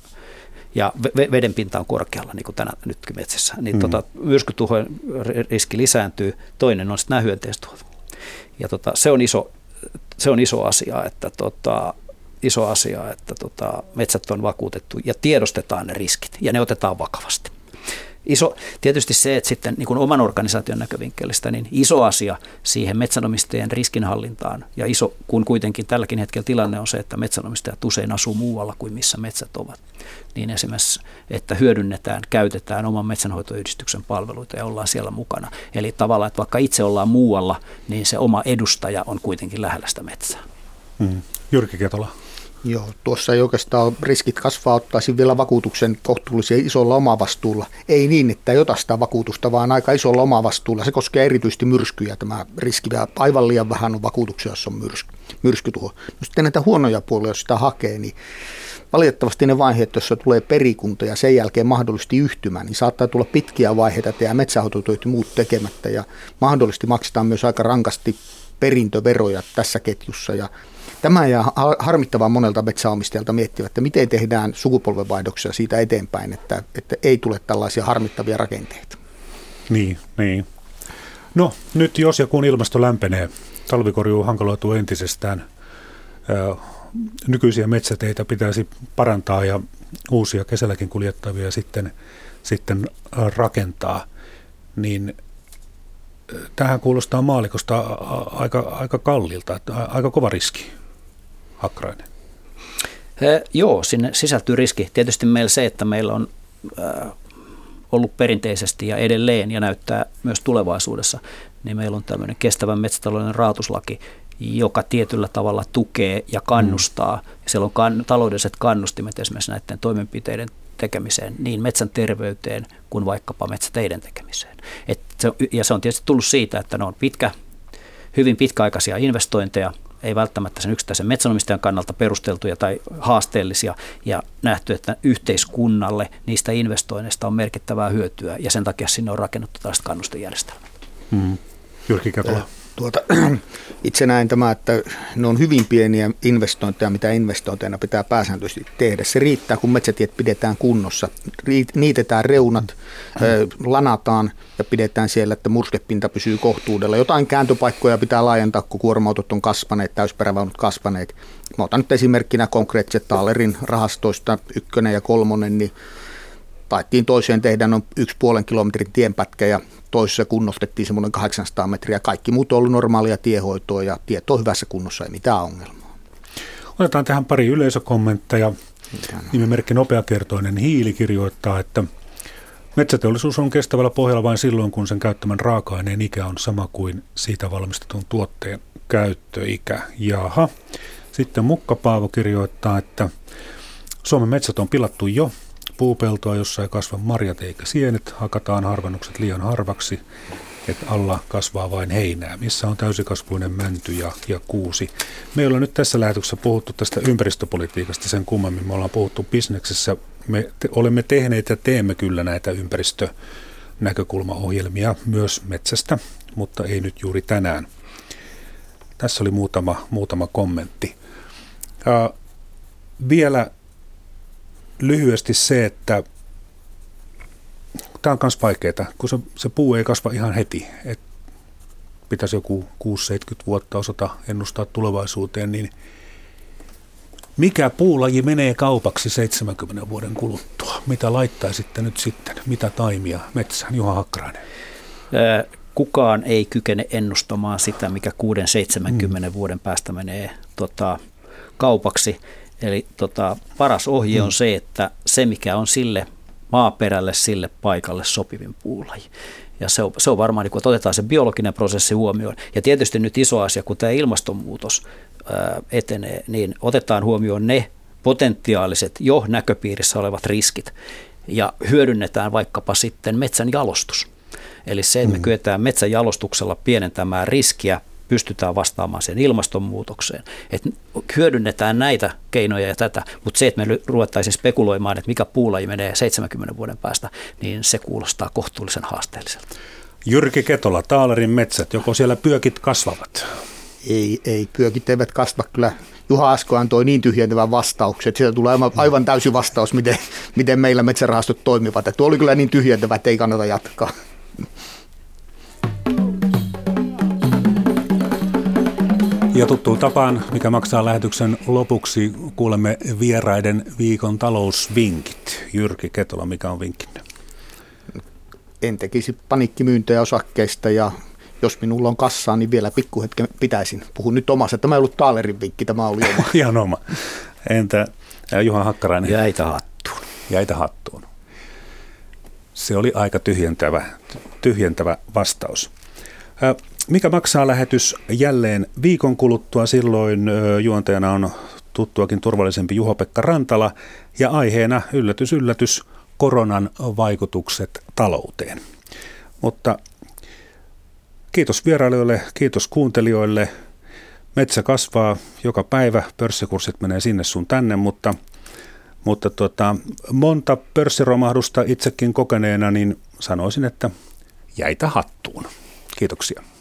S5: ja veden pinta on korkealla, niin kuin tänä nytkin metsässä. Niin mm. tota, myrskytuhojen riski lisääntyy. Toinen on sitten nämä hyönteistuhot. Ja tota, se on iso, se on iso asia, että tota, iso asia, että tota, metsät on vakuutettu ja tiedostetaan ne riskit ja ne otetaan vakavasti. Iso, tietysti se, että sitten niin kuin oman organisaation näkövinkkelistä, niin iso asia siihen metsänomistajien riskinhallintaan ja iso, kun kuitenkin tälläkin hetkellä tilanne on se, että metsänomistajat usein asuu muualla kuin missä metsät ovat, niin esimerkiksi, että hyödynnetään, käytetään oman metsänhoitoyhdistyksen palveluita ja ollaan siellä mukana. Eli tavallaan, että vaikka itse ollaan muualla, niin se oma edustaja on kuitenkin lähellä sitä metsää.
S3: Mm. Jyrki Ketola.
S4: Joo, tuossa ei oikeastaan riskit kasvaa, ottaisin vielä vakuutuksen kohtuullisen isolla omavastuulla. Ei niin, että ei ota sitä vakuutusta, vaan aika isolla omavastuulla. Se koskee erityisesti myrskyjä, tämä riski. Aivan liian vähän on vakuutuksia, jos on myrsky, myrskytuho. No sitten näitä huonoja puolia, jos sitä hakee, niin valitettavasti ne vaiheet, joissa tulee perikunta ja sen jälkeen mahdollisesti yhtymä, niin saattaa tulla pitkiä vaiheita, että jää metsähoitotyöt ja muut tekemättä ja mahdollisesti maksetaan myös aika rankasti perintöveroja tässä ketjussa ja tämä jää harmittavan monelta metsäomistajalta miettivät, että miten tehdään sukupolvenvaihdoksia siitä eteenpäin, että, että ei tule tällaisia harmittavia rakenteita.
S3: Niin, niin. No nyt jos ja kun ilmasto lämpenee, talvikorjuu hankaloituu entisestään, ää, nykyisiä metsäteitä pitäisi parantaa ja uusia kesälläkin kuljettavia sitten, sitten rakentaa, niin tähän kuulostaa maallikosta aika, aika kallilta, aika kova riski. Hakkarainen.
S5: He, joo, sinne sisältyy riski. Tietysti meillä se, että meillä on äh, ollut perinteisesti ja edelleen ja näyttää myös tulevaisuudessa, niin meillä on tämmöinen kestävän metsätalouden rahoituslaki, joka tietyllä tavalla tukee ja kannustaa. Mm. Siellä on kann- taloudelliset kannustimet esimerkiksi näiden toimenpiteiden tekemiseen, niin metsän terveyteen kuin vaikkapa metsäteiden tekemiseen. Et se, ja se on tietysti tullut siitä, että ne on pitkä, hyvin pitkäaikaisia investointeja, ei välttämättä sen yksittäisen metsänomistajan kannalta perusteltuja tai haasteellisia, ja nähty, että yhteiskunnalle niistä investoinneista on merkittävää hyötyä, ja sen takia sinne on rakennettu tällaista kannustejärjestelmää.
S3: Mm. Jyrki Ketola.
S4: Tuota, itse näen tämä, että ne on hyvin pieniä investointeja, mitä investointeina pitää pääsääntöisesti tehdä. Se riittää, kun metsätiet pidetään kunnossa. Niitetään reunat, lanataan ja pidetään siellä, että murskepinta pysyy kohtuudella. Jotain kääntöpaikkoja pitää laajentaa, kun kuorma-autot on kasvaneet, täysperävaunut kasvaneet. Mä otan nyt esimerkkinä konkreettiset Taalerin rahastoista ykkönen ja kolmonen, niin taittiin toiseen tehdä noin yksi puolen kilometrin tienpätkä ja toisessa kunnostettiin semmoinen kahdeksansataa metriä. Kaikki muut on ollut normaalia tiehoitoa ja tiet on hyvässä kunnossa, ei mitään ongelmaa.
S3: Otetaan tähän pari yleisökommentteja. Nimimerkki Nopeakertoinen Hiili kirjoittaa, että metsäteollisuus on kestävällä pohjalla vain silloin, kun sen käyttämän raaka-aineen ikä on sama kuin siitä valmistetun tuotteen käyttöikä. Jaha. Sitten Mukka Paavo kirjoittaa, että Suomen metsät on pilattu jo. Puupeltoa, jossa ei kasva marjat eikä sienet, hakataan harvennukset liian harvaksi, että alla kasvaa vain heinää, missä on täysikasvuinen mänty ja, ja kuusi. Me ei olla nyt tässä lähetyksessä puhuttu tästä ympäristöpolitiikasta sen kummemmin. Me ollaan puhuttu bisneksessä. Me te, olemme tehneet ja teemme kyllä näitä ympäristönäkökulmaohjelmia myös metsästä, mutta ei nyt juuri tänään. Tässä oli muutama, muutama kommentti. Ja vielä lyhyesti se, että tämä on myös vaikeaa, kun se, se puu ei kasva ihan heti. Et pitäisi joku kuusi seitsemänkymmentä vuotta osata ennustaa tulevaisuuteen, niin mikä puulaji menee kaupaksi seitsemänkymmenen vuoden kuluttua? Mitä laittaisitte nyt sitten? Mitä taimia metsään? Juha Hakkarainen.
S5: Kukaan ei kykene ennustamaan sitä, mikä kuusi seitsemänkymmentä mm. vuoden päästä menee tota, kaupaksi. Eli tota, paras ohje on se, että se mikä on sille maaperälle, sille paikalle sopivin puulaji. Ja se on, se on varmaan, kun otetaan se biologinen prosessi huomioon. Ja tietysti nyt iso asia, kun tämä ilmastonmuutos ää, etenee, niin otetaan huomioon ne potentiaaliset jo näköpiirissä olevat riskit. Ja hyödynnetään vaikkapa sitten metsän jalostus. Eli se, että me kyetään metsän jalostuksella pienentämään riskiä, pystytään vastaamaan sen ilmastonmuutokseen. Että hyödynnetään näitä keinoja ja tätä, mutta se, että me ruvettaisiin spekuloimaan, että mikä puulaji menee seitsemänkymmenen vuoden päästä, niin se kuulostaa kohtuullisen haasteelliselta.
S3: Jyrki Ketola, Taalerin metsät, joko siellä pyökit kasvavat?
S4: Ei, ei pyökit eivät kasva kyllä. Juha Asko antoi niin tyhjentävän vastauksen, että sieltä tulee aivan täysi vastaus, miten, miten meillä metsärahastot toimivat. Että tuo oli kyllä niin tyhjentävä, että ei kannata jatkaa.
S3: Ja tuttuun tapaan, mikä maksaa lähetyksen lopuksi, kuulemme vieraiden viikon talousvinkit. Jyrki Ketola, mikä on vinkkinne?
S4: En tekisi paniikkimyyntejä osakkeista ja jos minulla on kassaa, niin vielä pikkuhetken pitäisin. Puhun nyt omassa. Tämä ei ollut Taalerin vinkki, tämä oli oma.
S3: Ihan oma. Entä Juha Hakkarainen?
S5: Jäitä hattuun.
S3: Jäitä hattuun. Se oli aika tyhjentävä, tyhjentävä vastaus. Mikä maksaa lähetys jälleen viikon kuluttua? Silloin juontajana on tuttuakin turvallisempi Juho-Pekka Rantala ja aiheena yllätys, yllätys, koronan vaikutukset talouteen. Mutta kiitos vierailijoille, kiitos kuuntelijoille. Metsä kasvaa joka päivä, pörssikurssit menee sinne sun tänne, mutta, mutta tota, monta pörssiromahdusta itsekin kokeneena, niin sanoisin, että jäitä hattuun. Kiitoksia.